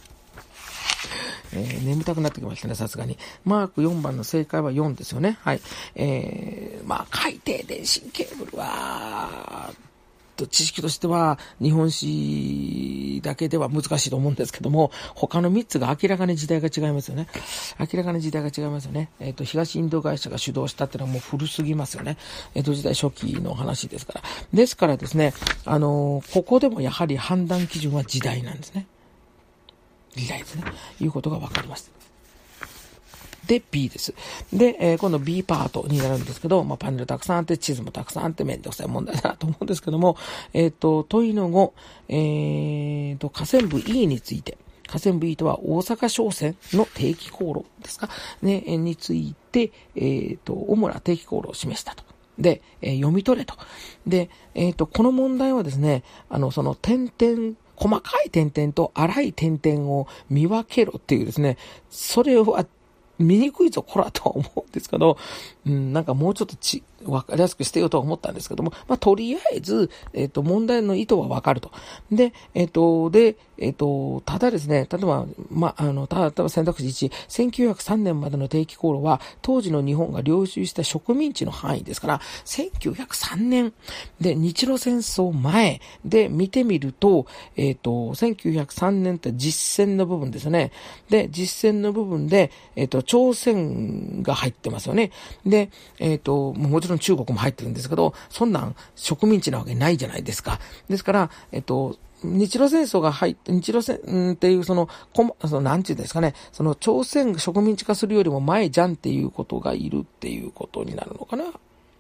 えー、眠たくなってきましたね、さすがに。マークよんばんの正解はよんですよね。はい。えー、まあ、海底電信ケーブルは、知識としては日本史だけでは難しいと思うんですけども、他のみっつが明らかに時代が違いますよね。明らかに時代が違いますよね。えっと、東インド会社が主導したっていうのはもう古すぎますよね。江戸時代初期の話ですから。ですからですね、あのー、ここでもやはり判断基準は時代なんですね。時代ですね。いうことがわかります。で、B です。で、えー、今度 B パートになるんですけど、まあ、パネルたくさんあって、地図もたくさんあって、めんどくさい問題だなと思うんですけども、えっと、問いのご、えっと、河川部 E について、河川部 E とは大阪商船の定期航路ですか、ね、について、えっと、主な定期航路を示したと。で、えー、読み取れと。で、えっと、この問題はですね、あの、その点々、細かい点々と粗い点々を見分けろっていうですね、それは見にくいぞ、こらとは思うんですけど、うん、なんかもうちょっとち、わかりやすくしてよとは思ったんですけども、まあ、とりあえず、えっと、問題の意図はわかると。で、えっと、で、えっと、ただですね、例えば、まあ、あの、ただ選択肢いち、せんきゅうひゃくさんねんまでの定期航路は、当時の日本が領収した植民地の範囲ですから、せんきゅうひゃくさんねんで、日露戦争前で見てみると、えっと、せんきゅうひゃくさんねんって実戦の部分ですね。で、実戦の部分で、えっと、朝鮮が入ってますよね。で、えっと、もちろん中国も入ってるんですけど、そんなん植民地なわけないじゃないですか。ですから、えっと、日露戦争が入って、日露戦、うんっていうその、こま、その、なんていうんですかね、その朝鮮植民地化するよりも前じゃんっていうことがいるっていうことになるのかな。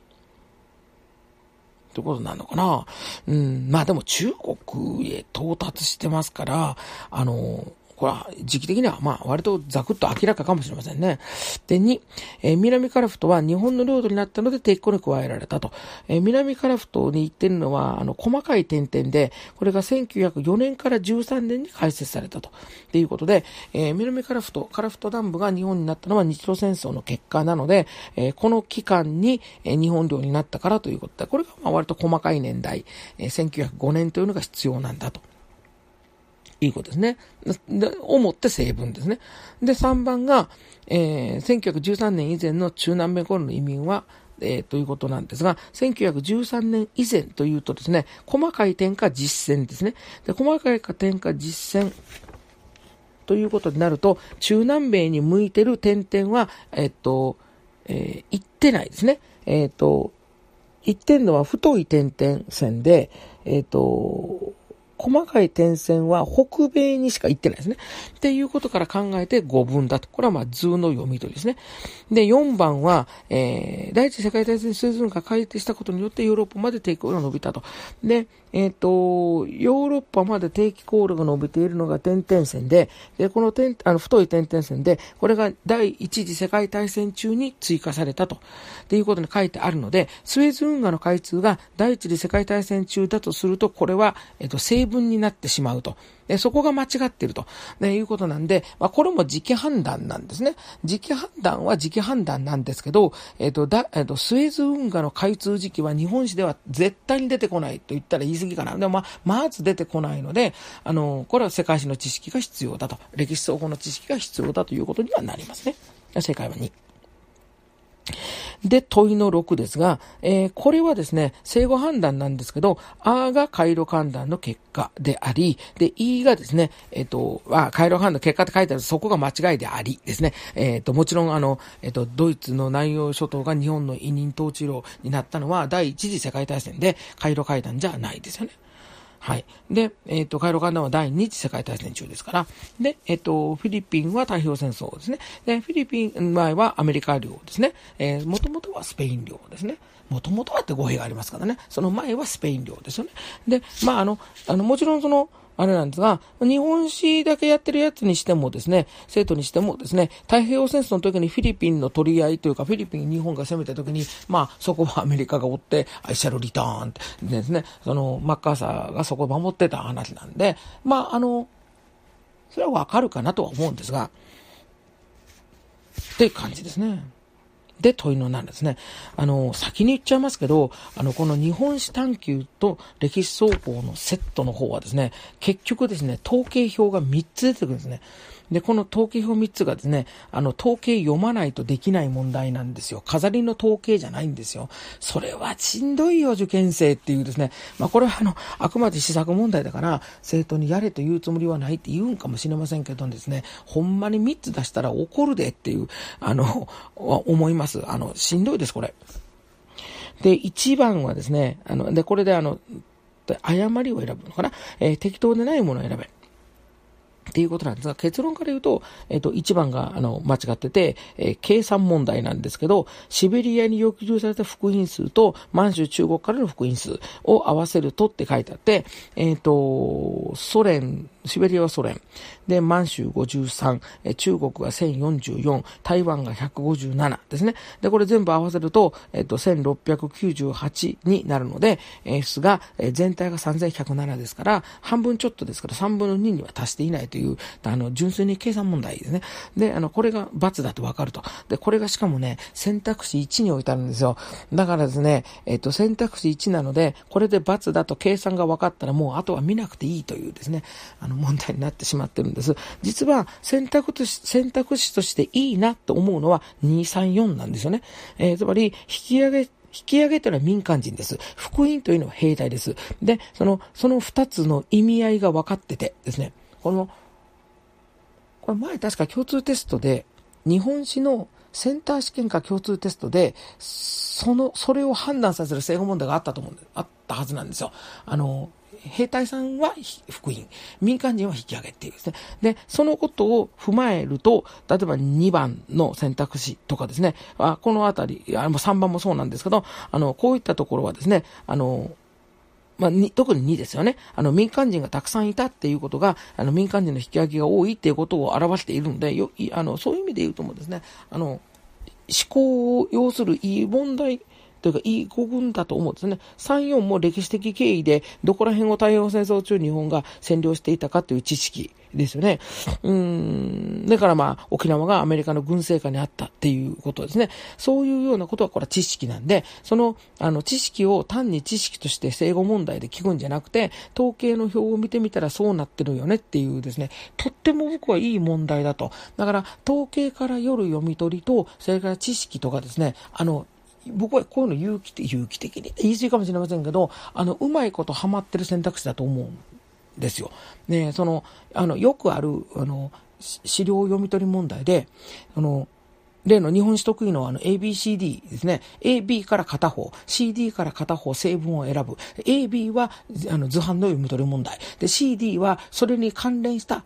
ということになるのかな。うん、まあでも中国へ到達してますから、あの、これは時期的にはまあ割とザクッと明らかかもしれませんね。で、に、えー、南樺太は日本の領土になったので定期航路に加えられたと。えー、南樺太に行ってるのはあの細かい点々で、これがせんきゅうひゃくよねんからじゅうさんねんに開設されたと。ということで、えー、南樺太、樺太南部が日本になったのは日露戦争の結果なので、えー、この期間に、えー、日本領になったからということで、これがまあ割と細かい年代、えー、せんきゅうひゃくごねんというのが必要なんだと。いいことですね。で、をもって成分ですね。で、さんばんが、えー、せんきゅうひゃくじゅうさんねん以前の中南米頃の移民は、えー、ということなんですが、せんきゅうひゃくじゅうさんねん以前というとですね、細かい点か実践ですね。で、細かい点か実践ということになると、中南米に向いてる点々は、えっと、えー、行ってないですね。えっと、行ってんのは太い点々線で、えっと、細かい点線は北米にしか行ってないですね。っていうことから考えてごぶんだと。これはまあ図の読み取りですね。で、よんばんは、えー、第一次世界大戦スエズ運河が開通したことによってヨーロッパまで定期航路が伸びたと。で、えっと、ヨーロッパまで定期航路が伸びているのが点々線で、で、この点、あの、太い点々線で、これが第一次世界大戦中に追加されたと。っていうことに書いてあるので、スエズ運河の開通が第一次世界大戦中だとすると、これは、えっと、西部分になってしまうと。でそこが間違っていると、ね、いうことなんで、まあ、これも時期判断なんですね。時期判断は時期判断なんですけど、えっと、だ、えっと、スエズ運河の開通時期は日本史では絶対に出てこないと言ったら言い過ぎかな。でもまあ、まず出てこないので、あの、これは世界史の知識が必要だと。歴史総合の知識が必要だということにはなりますね。正解はに。で、問いのろくですが、えー、これはですね、正誤判断なんですけど、あが回路判断の結果であり、で、いがですね、えっ、ー、と、あ、回路判断の結果って書いてあるそこが間違いでありですね、えっ、ー、と、もちろんあの、えっ、ー、と、ドイツの南洋諸島が日本の委任統治領になったのは第一次世界大戦で回路会談じゃないですよね。はい。で、えっ、ー、と、回路会談は第二次世界大戦中ですから。で、えっ、ー、と、フィリピンは太平洋戦争ですね。で、フィリピン前はアメリカ領ですね。えー、もともとはスペイン領ですね。もともとはって語弊がありますからね。その前はスペイン領ですよね。で、まあ、あの、あの、もちろんその、あれなんですが、日本史だけやってるやつにしてもですね、生徒にしてもですね、太平洋戦争の時にフィリピンの取り合いというか、フィリピン日本が攻めた時に、まあ、そこはアメリカが追って、アイシャルリターンってですね、その、マッカーサーがそこを守ってた話なんで、まあ、あの、それはわかるかなとは思うんですが、っていう感じですね。で、問いのななですね。あの、先に言っちゃいますけど、あの、この日本史探究と歴史総合のセットの方はですね、結局ですね、統計表がみっつ出てくるんですね。で、この統計表みっつがですね、あの、統計読まないとできない問題なんですよ。飾りの統計じゃないんですよ。それはしんどいよ、受験生っていうですね。まあ、これはあの、あくまで試作問題だから、生徒にやれと言うつもりはないって言うんかもしれませんけどですね、ほんまにみっつ出したら怒るでっていう、あの、思います。あの、しんどいです、これ。で、いちばんはですね、あの、で、これであの、誤りを選ぶのかな、えー、適当でないものを選べ。っていうことなんですが、結論から言うと、えっと、いちばんが、あの、間違ってて、えー、計算問題なんですけど、シベリアに要求された復員数と、満州中国からの復員数を合わせるとって書いてあって、えっと、ソ連、シベリアはソ連。で、満州ごじゅうさん、え中国がせんよんじゅうよん、台湾がひゃくごじゅうななですね。で、これ全部合わせると、えっと、せんろっぴゃくきゅうじゅうはちになるので、えー、すが、えー、全体がさんぜんひゃくななですから、半分ちょっとですからさんぶんのにには達していないという、あの、純粋に計算問題ですね。で、あの、これが×だとわかると。で、これがしかもね、選択肢いちに置いてあるんですよ。だからですね、えっと、選択肢いちなので、これで×だと計算が分かったらもうあとは見なくていいというですね、あの、問題になってしまってるんです。実は選択肢、選択肢としていいなと思うのはに、さん、よんなんですよね。えー、つまり、引き上げ、引き上げというのは民間人です。復員というのは兵隊です。で、その、その二つの意味合いが分かっててですね、この、これ前確か共通テストで、日本史のセンター試験か共通テストで、その、それを判断させる正誤問題があったと思うんで、あったはずなんですよ。あの、兵隊さんは復員、民間人は引き上げっていうですね。で、そのことを踏まえると、例えばにばんの選択肢とかですね、あこのあたり、あさんばんもそうなんですけど、あの、こういったところはですね、あの、まあ、に特ににですよね。あの、民間人がたくさんいたっていうことが、あの、民間人の引き上げが多いっていうことを表しているので、よあのそういう意味で言うともですね、あの、思考を要するいい問題、というか、いい語群だと思うんですね。さん、よんも歴史的経緯で、どこら辺を太平洋戦争中日本が占領していたかという知識ですよね。うーん。だからまあ、沖縄がアメリカの軍政下にあったっていうことですね。そういうようなことはこれは知識なんで、その、あの、知識を単に知識として正誤問題で聞くんじゃなくて、統計の表を見てみたらそうなってるよねっていうですね、とっても僕はいい問題だと。だから、統計からよる読み取りと、それから知識とかですね、あの、僕はこういうの有機的、有機的に言い過ぎかもしれませんけど、あの、うまいことハマってる選択肢だと思うんですよ。ね、その、あの、よくある、あの、資料読み取り問題で、あの、例の日本史得意のあの エービーシーディー ですね。エービー から片方、シーディー から片方成分を選ぶ。エービー はあの図版の読み取り問題。で、シーディー はそれに関連した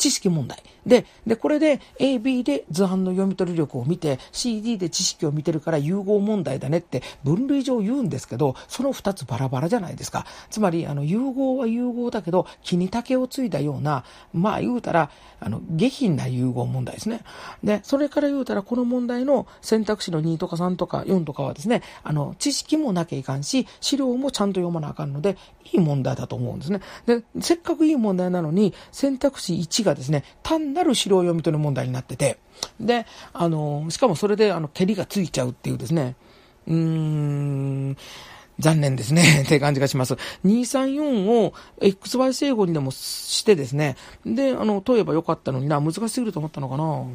知識問題。で、で、これで エービー で図版の読み取り力を見て、シーディー で知識を見てるから融合問題だねって分類上言うんですけど、その二つバラバラじゃないですか。つまり、あの、融合は融合だけど、木に竹をついたような、まあ言うたら、あの、下品な融合問題ですね。で、それから言うたら、この問題の選択肢のにとかさんとかよんとかはですね、あの、知識もなきゃいかんし、資料もちゃんと読まなあかんので、いい問題だと思うんですね。で、せっかくいい問題なのに、選択肢いちがですね、単なる資料読み取り問題になってて、で、あの、しかもそれで、あの、蹴りがついちゃうっていうですね、うーん、残念ですねって感じがします。にさんよんを エックスワイ 整合にでもしてですね、で、あの、問えばよかったのにな、難しすぎると思ったのかな。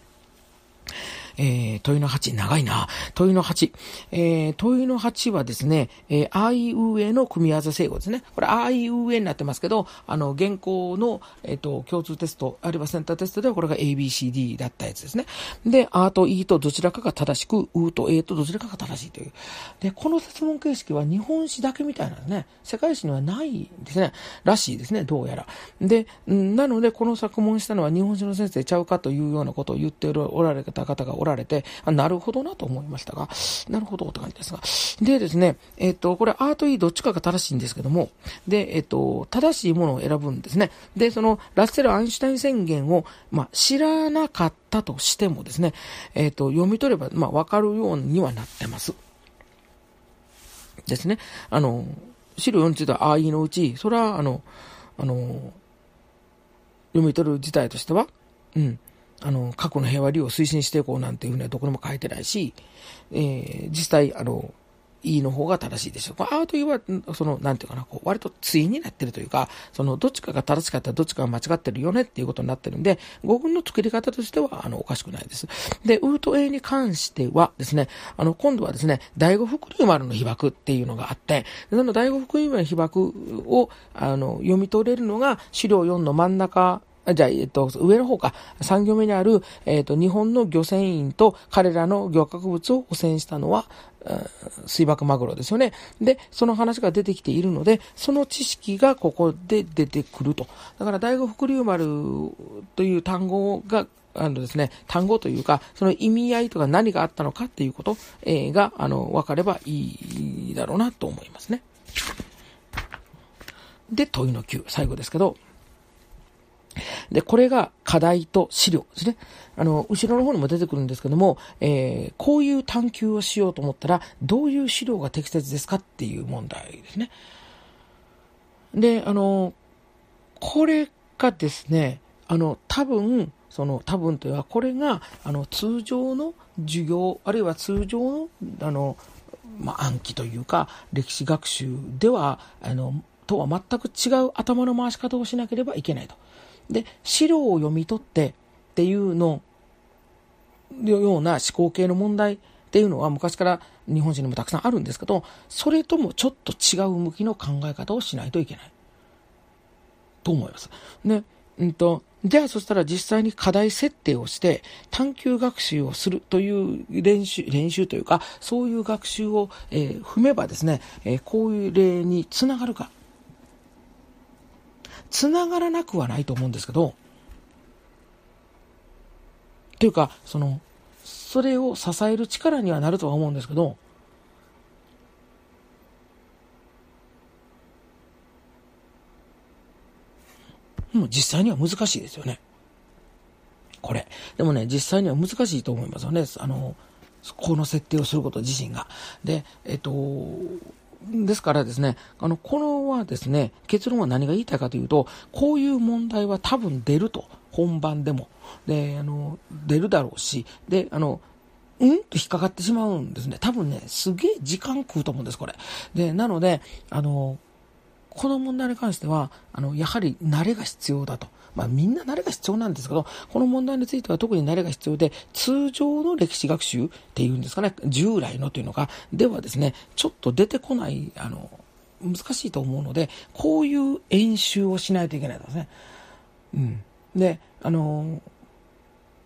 えー、問いのはち、長いな。問いのはち。えー、問いのはちはですね、えー、あいうえの組み合わせ整合ですね。これ、あいうえになってますけど、あの、現行の、えっと、共通テスト、あるいはセンターテストではこれが エービーシーディー だったやつですね。で、あといとどちらかが正しく、うとえとどちらかが正しいという。で、この設問形式は日本史だけみたいなんですね。世界史にはないですね。らしいですね、どうやら。で、なので、この作問したのは日本史の先生ちゃうかというようなことを言っておられた方がおられて、あ、なるほどなと思いましたが、なるほどって感じですが。でですね、えっと、これ、アーと E どっちかが正しいんですけども、で、えっと、正しいものを選ぶんですね。で、その、ラッセル・アインシュタイン宣言を、まあ、知らなかったとしてもですね、えっと、読み取れば、まあ、わかるようにはなってます。ですね。あの、資料よんについては、あいのうち、それは、あの、あの、読み取る自体としては、うん。あの、核の平和利用を推進していこうなんていうふうにはどこにも書いてないし、えー、実際、あの、E の方が正しいでしょう。アート E は、その、なんていうかな、こう、割と対になってるというか、その、どっちかが正しかったらどっちかが間違ってるよねっていうことになってるんで、語群の作り方としては、あの、おかしくないです。で、ウーと A に関してはですね、あの、今度はですね、第五福竜丸の被爆っていうのがあって、その第五福竜丸の被爆を、あの、読み取れるのが、資料よんの真ん中、じゃあ、えっと、上の方か、さん行目にある、えっと、日本の漁船員と彼らの漁獲物を汚染したのは、水爆マグロですよね。で、その話が出てきているので、その知識がここで出てくると。だから、第五福竜丸という単語が、あのですね、単語というか、その意味合いとか何があったのかっていうこと、えー、が、あの、分かればいいだろうなと思いますね。で、問いのきゅう、最後ですけど、で、これが課題と資料ですね。あの、後ろの方にも出てくるんですけども、えー、こういう探求をしようと思ったら、どういう資料が適切ですかっていう問題ですね。で、あの、これがですね、あの、多分、その、多分というのは、これが、あの、通常の授業、あるいは通常の、あの、まあ、暗記というか、歴史学習では、あの、とは全く違う頭の回し方をしなければいけないと。で、資料を読み取ってっていうのような思考系の問題っていうのは昔から日本人にもたくさんあるんですけど、それともちょっと違う向きの考え方をしないといけないと思います。ね、うんと、じゃあそしたら実際に課題設定をして探究学習をするという練習、練習というか、そういう学習を、えー、踏めばですね、えー、こういう例につながるか。つながらなくはないと思うんですけど、というか、その、それを支える力にはなるとは思うんですけど、もう実際には難しいですよね。これ。でもね、実際には難しいと思いますよね。あの、この設定をすること自身が。で、えっと、ですからですね、あの、このはですね、結論は何が言いたいかというと、こういう問題は多分出ると、本番でも。で、あの、出るだろうし、で、あの、うんと引っかかってしまうんですね。多分ね、すげえ時間食うと思うんです、これ。で、なので、あの、この問題に関しては、あの、やはり慣れが必要だと。まあみんな慣れが必要なんですけど、この問題については特に慣れが必要で、通常の歴史学習っていうんですかね、従来のというのが、ではですね、ちょっと出てこない、あの、難しいと思うので、こういう演習をしないといけないですね。うん。で、あの、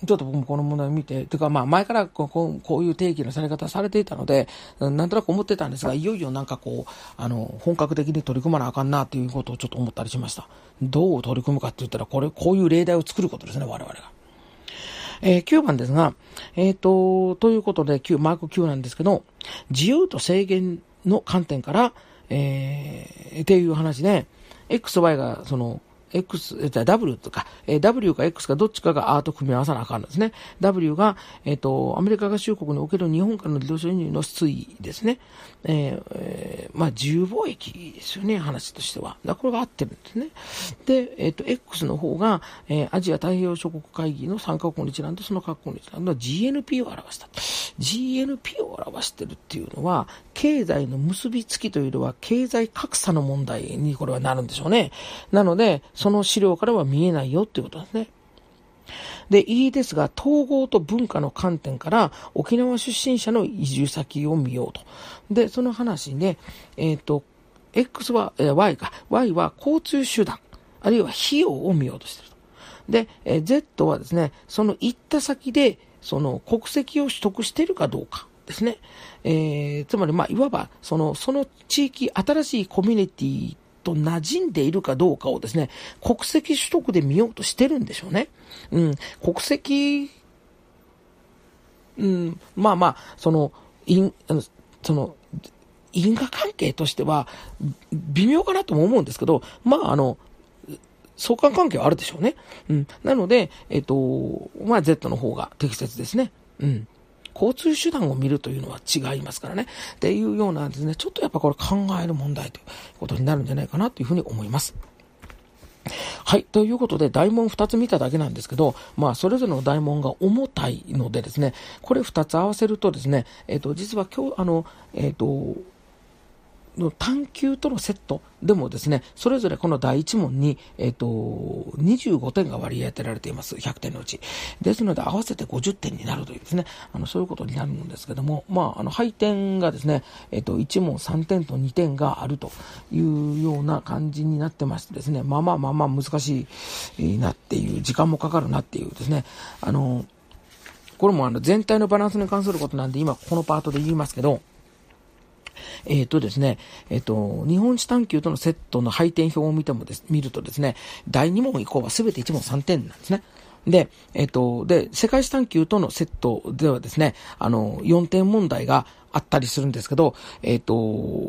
ちょっと僕もこの問題を見て、というかまあ前からこう、こういう定義のされ方されていたので、なんとなく思ってたんですが、いよいよなんかこう、あの、本格的に取り組まなあかんなということをちょっと思ったりしました。どう取り組むかって言ったら、これ、こういう例題を作ることですね、我々が。えー、きゅうばんですが、えっと、ということで、マークきゅうなんですけど、自由と制限の観点から、えー、っていう話で、X、Y が、その、X、えー、W とか、えー、W か X かどっちかが R と組み合わさなあかんのですね。W が、えっと、アメリカ合衆国における日本からの自動車輸入の推移ですね。えーえー、まあ、自由貿易ですよね、話としては。だこれが合ってるんですね。で、えっと、X の方が、えー、アジア太平洋諸国会議の参加国の一覧とその各国の一覧の ジーエヌピー を表した。ジーエヌピー を表してるっていうのは、経済の結びつきというよりは、経済格差の問題にこれはなるんでしょうね。なので、その資料からは見えないよっていうことですね。で、いいですが、統合と文化の観点から沖縄出身者の移住先を見ようと。で、その話で、えっと、X は、えー、Y か、Y は交通手段、あるいは費用を見ようとしていると。で、えー、Z はですね、その行った先で、その国籍を取得しているかどうかですね。えー、つまり、まあ、いわば、その、その地域、新しいコミュニティと馴染んでいるかどうかをですね、国籍取得で見ようとしてるんでしょうね。うん、国籍、うん、まあまあ、その、因、あの、その、因果関係としては、微妙かなとも思うんですけど、まあ、あの、相関関係はあるでしょうね。うん。なので、えっと、まあ、Z の方が適切ですね。うん。交通手段を見るというのは違いますからね。っていうようなですね、ちょっとやっぱこれ考える問題ということになるんじゃないかなというふうに思います。はい。ということで、大問ふたつ見ただけなんですけど、まあ、それぞれの大問が重たいのでですね、これふたつ合わせるとですね、えっと、実は今日、あの、えっと、の探究とのセットでもですね、それぞれこの第一問に、えっと、にじゅうごてんが割り当てられています。ひゃくてんのうち。ですので、合わせてごじゅってんになるというですね、あの、そういうことになるんですけども、まあ、あの、配点がですね、えっと、いち問さんてんとにてんがあるというような感じになってましてですね、まあまあまあまあ難しいなっていう、時間もかかるなっていうですね、あの、これもあの、全体のバランスに関することなんで、今このパートで言いますけど、えっとですね、えっと、日本史探究とのセットの配点表を見てもです、見るとですね、だいに問以降はすべていち問さんてんなんですね。で、えっと、で、世界史探究とのセットではですね、あの、よんてん問題があったりするんですけど、えっと、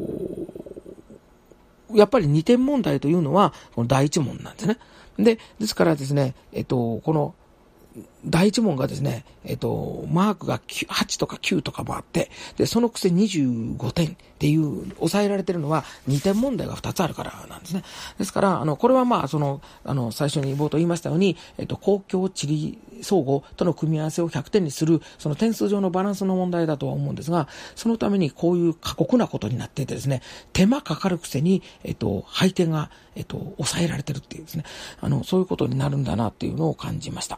やっぱりにてん問題というのは、この第一問なんですね。で、ですからですね、えっと、この、第一問がですね、えっと、マークがはちとかきゅうとかもあって、で、そのくせにじゅうごてんっていう、抑えられてるのはにてん問題がふたつあるからなんですね。ですから、あの、これはまあ、その、あの、最初に冒頭言いましたように、えっと、公共地理総合との組み合わせをひゃくてんにする、その点数上のバランスの問題だとは思うんですが、そのためにこういう過酷なことになっていてですね、手間かかるくせに、えっと、配点が、えっと、抑えられてるっていうですね、あの、そういうことになるんだなっていうのを感じました。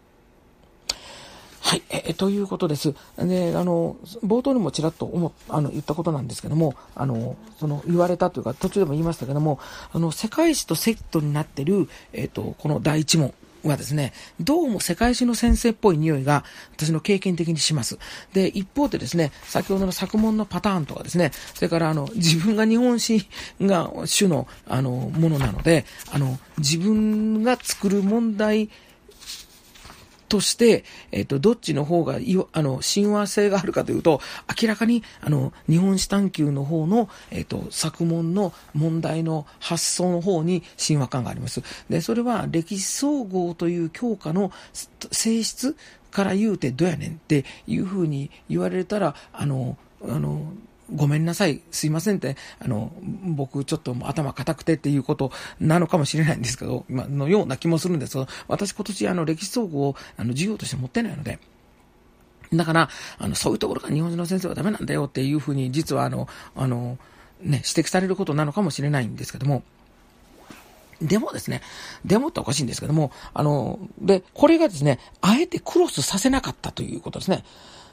はい、え、ということです。で、あの、冒頭にもちらっと思あの、言ったことなんですけども、あの、その、言われたというか、途中でも言いましたけども、あの、世界史とセットになっている、えっと、この第一問はですね、どうも世界史の先生っぽい匂いが、私の経験的にします。で、一方でですね、先ほどの作問のパターンとかですね、それから、あの、自分が日本史が主の、あの、ものなので、あの、自分が作る問題、として、えっと、どっちの方がい、あの、親和性があるかというと、明らかに、あの、日本史探究の方の、えっと、作問の問題の発想の方に親和感があります。で、それは歴史総合という教科の性質から言うてどうやねんっていうふうに言われたら、あの、あの、ごめんなさい、すいませんって、あの、僕ちょっと頭固くてっていうことなのかもしれないんですけど、今のような気もするんですけど、私今年あの歴史総合をあの授業として持ってないので、だから、あの、そういうところから日本人の先生はダメなんだよっていうふうに、実はあの、あの、ね、指摘されることなのかもしれないんですけども、でもですね、でもっておかしいんですけども、あの、で、これがですね、あえてクロスさせなかったということですね。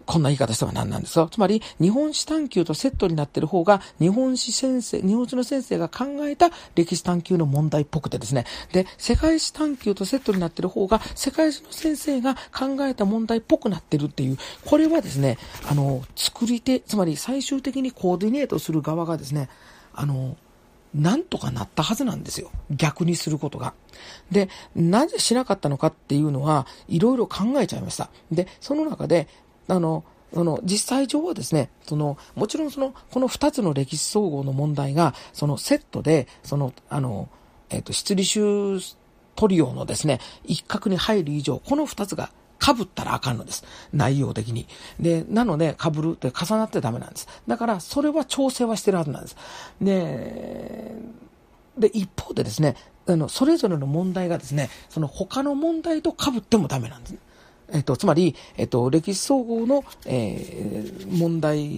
こんな言い方しては何なんですか？つまり、日本史探究とセットになっている方が、日本史先生、日本史の先生が考えた歴史探究の問題っぽくてですね。で、世界史探究とセットになっている方が、世界史の先生が考えた問題っぽくなっているっていう、これはですね、あの、作り手、つまり最終的にコーディネートする側がですね、あの、なんとかなったはずなんですよ。逆にすることが。で、なぜしなかったのかっていうのは、いろいろ考えちゃいました。で、その中で、あの、その実際上はですね、そのもちろんそのこの二つの歴史総合の問題がそのセットでそのあのえっと出理集トリオのですね一角に入る以上この二つが被ったらあかんのです。内容的に。で、なので被るって重なってダメなんです。だからそれは調整はしてるはずなんです。で、で一方でですね、あのそれぞれの問題がですね、その他の問題と被ってもダメなんです。えっと、つまり、えっと、歴史総合の、えー、問題、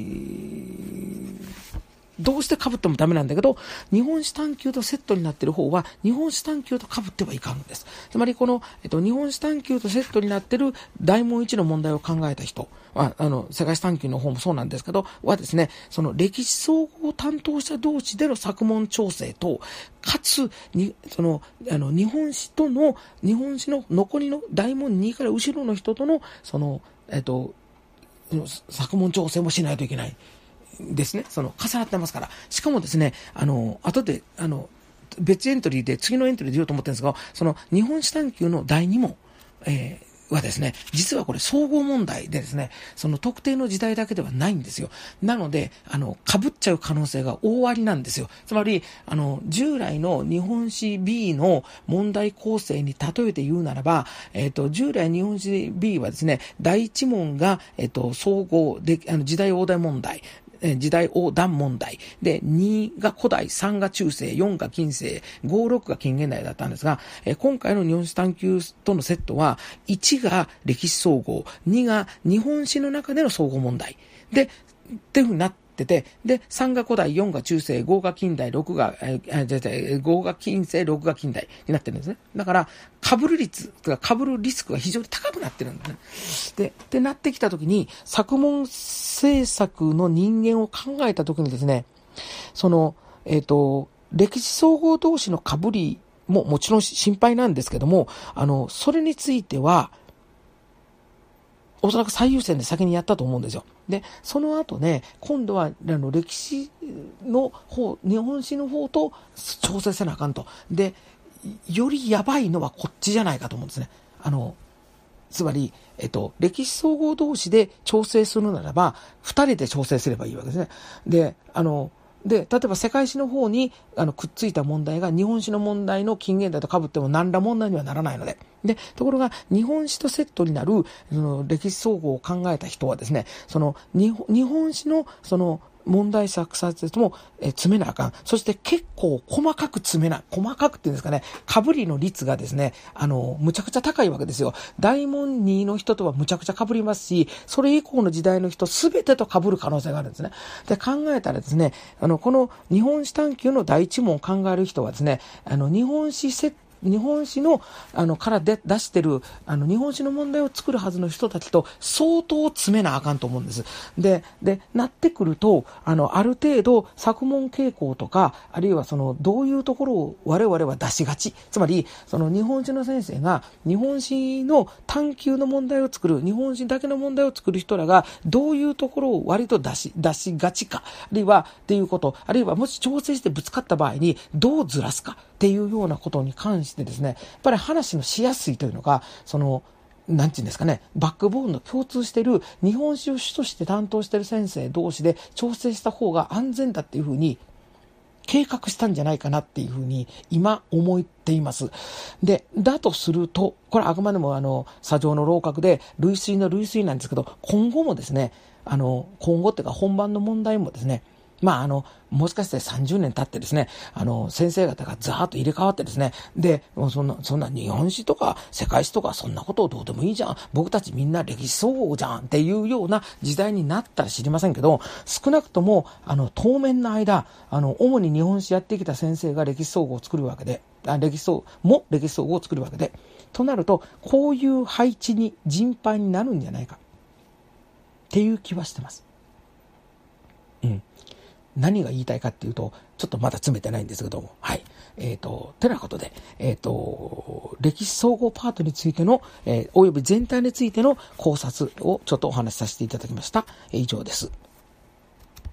どうして被ってもダメなんだけど、日本史探究とセットになっている方は、日本史探究と被ってはいかんのです。つまり、この、えっと、日本史探究とセットになっている大問一の問題を考えた人、あ、あの、世界史探究の方もそうなんですけど、はですね、その歴史総合を担当者同士での作問調整と、かつ、に、その、あの、日本史との、日本史の残りの大問にから後ろの人との、その、えっと、作問調整もしないといけない。ですね。その、重なってますから。しかもですね、あの、後で、あの、別エントリーで、次のエントリーで言おうと思ってるんですが、その、日本史探究のだいに問、えー、はですね、実はこれ総合問題でですね、その特定の時代だけではないんですよ。なので、あの、被っちゃう可能性が大ありなんですよ。つまり、あの、従来の日本史 B の問題構成に例えて言うならば、えっと、従来日本史 B はですね、だいいち問が、えっと、総合で、あの、時代横断問題。時代横断問題。で、にが古代、さんが中世、よんが近世、ご、ろくが近現代だったんですが、え今回の日本史探究とのセットは、いちが歴史総合、にが日本史の中での総合問題。で、っていうふうになってて、で、さんが古代、よんが中世、ごが近代、ろくが、えー、ごが近世、ろくが近代になってるんですね。だから、被る率、被るリスクが非常に高くなってるんですね。で、ってなってきたときに、作問政策の人間を考えたときにですね、その、えっと、歴史総合同士の被りももちろん心配なんですけども、あの、それについては、おそらく最優先で先にやったと思うんですよ。で、その後ね、今度はあの歴史の方、日本史の方と調整せなあかんと。で、よりやばいのはこっちじゃないかと思うんですね。あの、つまり、えっと、歴史総合同士で調整するならば、二人で調整すればいいわけですね。で、あの、で、例えば世界史の方にあのくっついた問題が日本史の問題の近現代と被っても何ら問題にはならないので。で、ところが日本史とセットになるその歴史総合を考えた人はですね、その日本、日本史のその問題作説も、えー、詰めなあかん。そして結構細かく詰めな、細かくっていうんですかね、被りの率がですね、あの、むちゃくちゃ高いわけですよ。大問にの人とはむちゃくちゃ被りますし、それ以降の時代の人すべてと被る可能性があるんですね。で、考えたらですね、あの、この日本史探究の第一問を考える人はですね、あの、日本史セット日本史の、あの、からで出してる、あの、日本史の問題を作るはずの人たちと相当詰めなあかんと思うんです。で、で、なってくると、あの、ある程度、作問傾向とか、あるいはその、どういうところを我々は出しがち。つまり、その、日本史の先生が、日本史の探究の問題を作る、日本史だけの問題を作る人らが、どういうところを割と出し、出しがちか。あるいは、っていうこと、あるいはもし調整してぶつかった場合に、どうずらすか。っていうようなことに関してですね、やっぱり話のしやすいというのが、その、なんていうんですかね、バックボーンの共通している日本史を主として担当している先生同士で調整した方が安全だっていうふうに計画したんじゃないかなっていうふうに今思っています。で、だとすると、これはあくまでもあの、砂上の楼閣で類推の類推なんですけど、今後もですね、あの、今後っていうか本番の問題もですね、まあ、あの、もしかしてさんじゅうねん経ってですね、あの、先生方がザーッと入れ替わってですね、で、もうそんな、そんな日本史とか世界史とかそんなことどうでもいいじゃん。僕たちみんな歴史総合じゃんっていうような時代になったら知りませんけど、少なくとも、あの、当面の間、あの、主に日本史やってきた先生が歴史総合を作るわけで、あ歴史総、も歴史総合を作るわけで、となると、こういう配置に人配になるんじゃないか。 っていう気はしてます。うん。何が言いたいかっていうと、ちょっとまだ詰めてないんですけども、はい。えっ、ー、と、てなことで、えっ、ー、と、歴史総合パートについての、えー、および全体についての考察をちょっとお話しさせていただきました。以上です。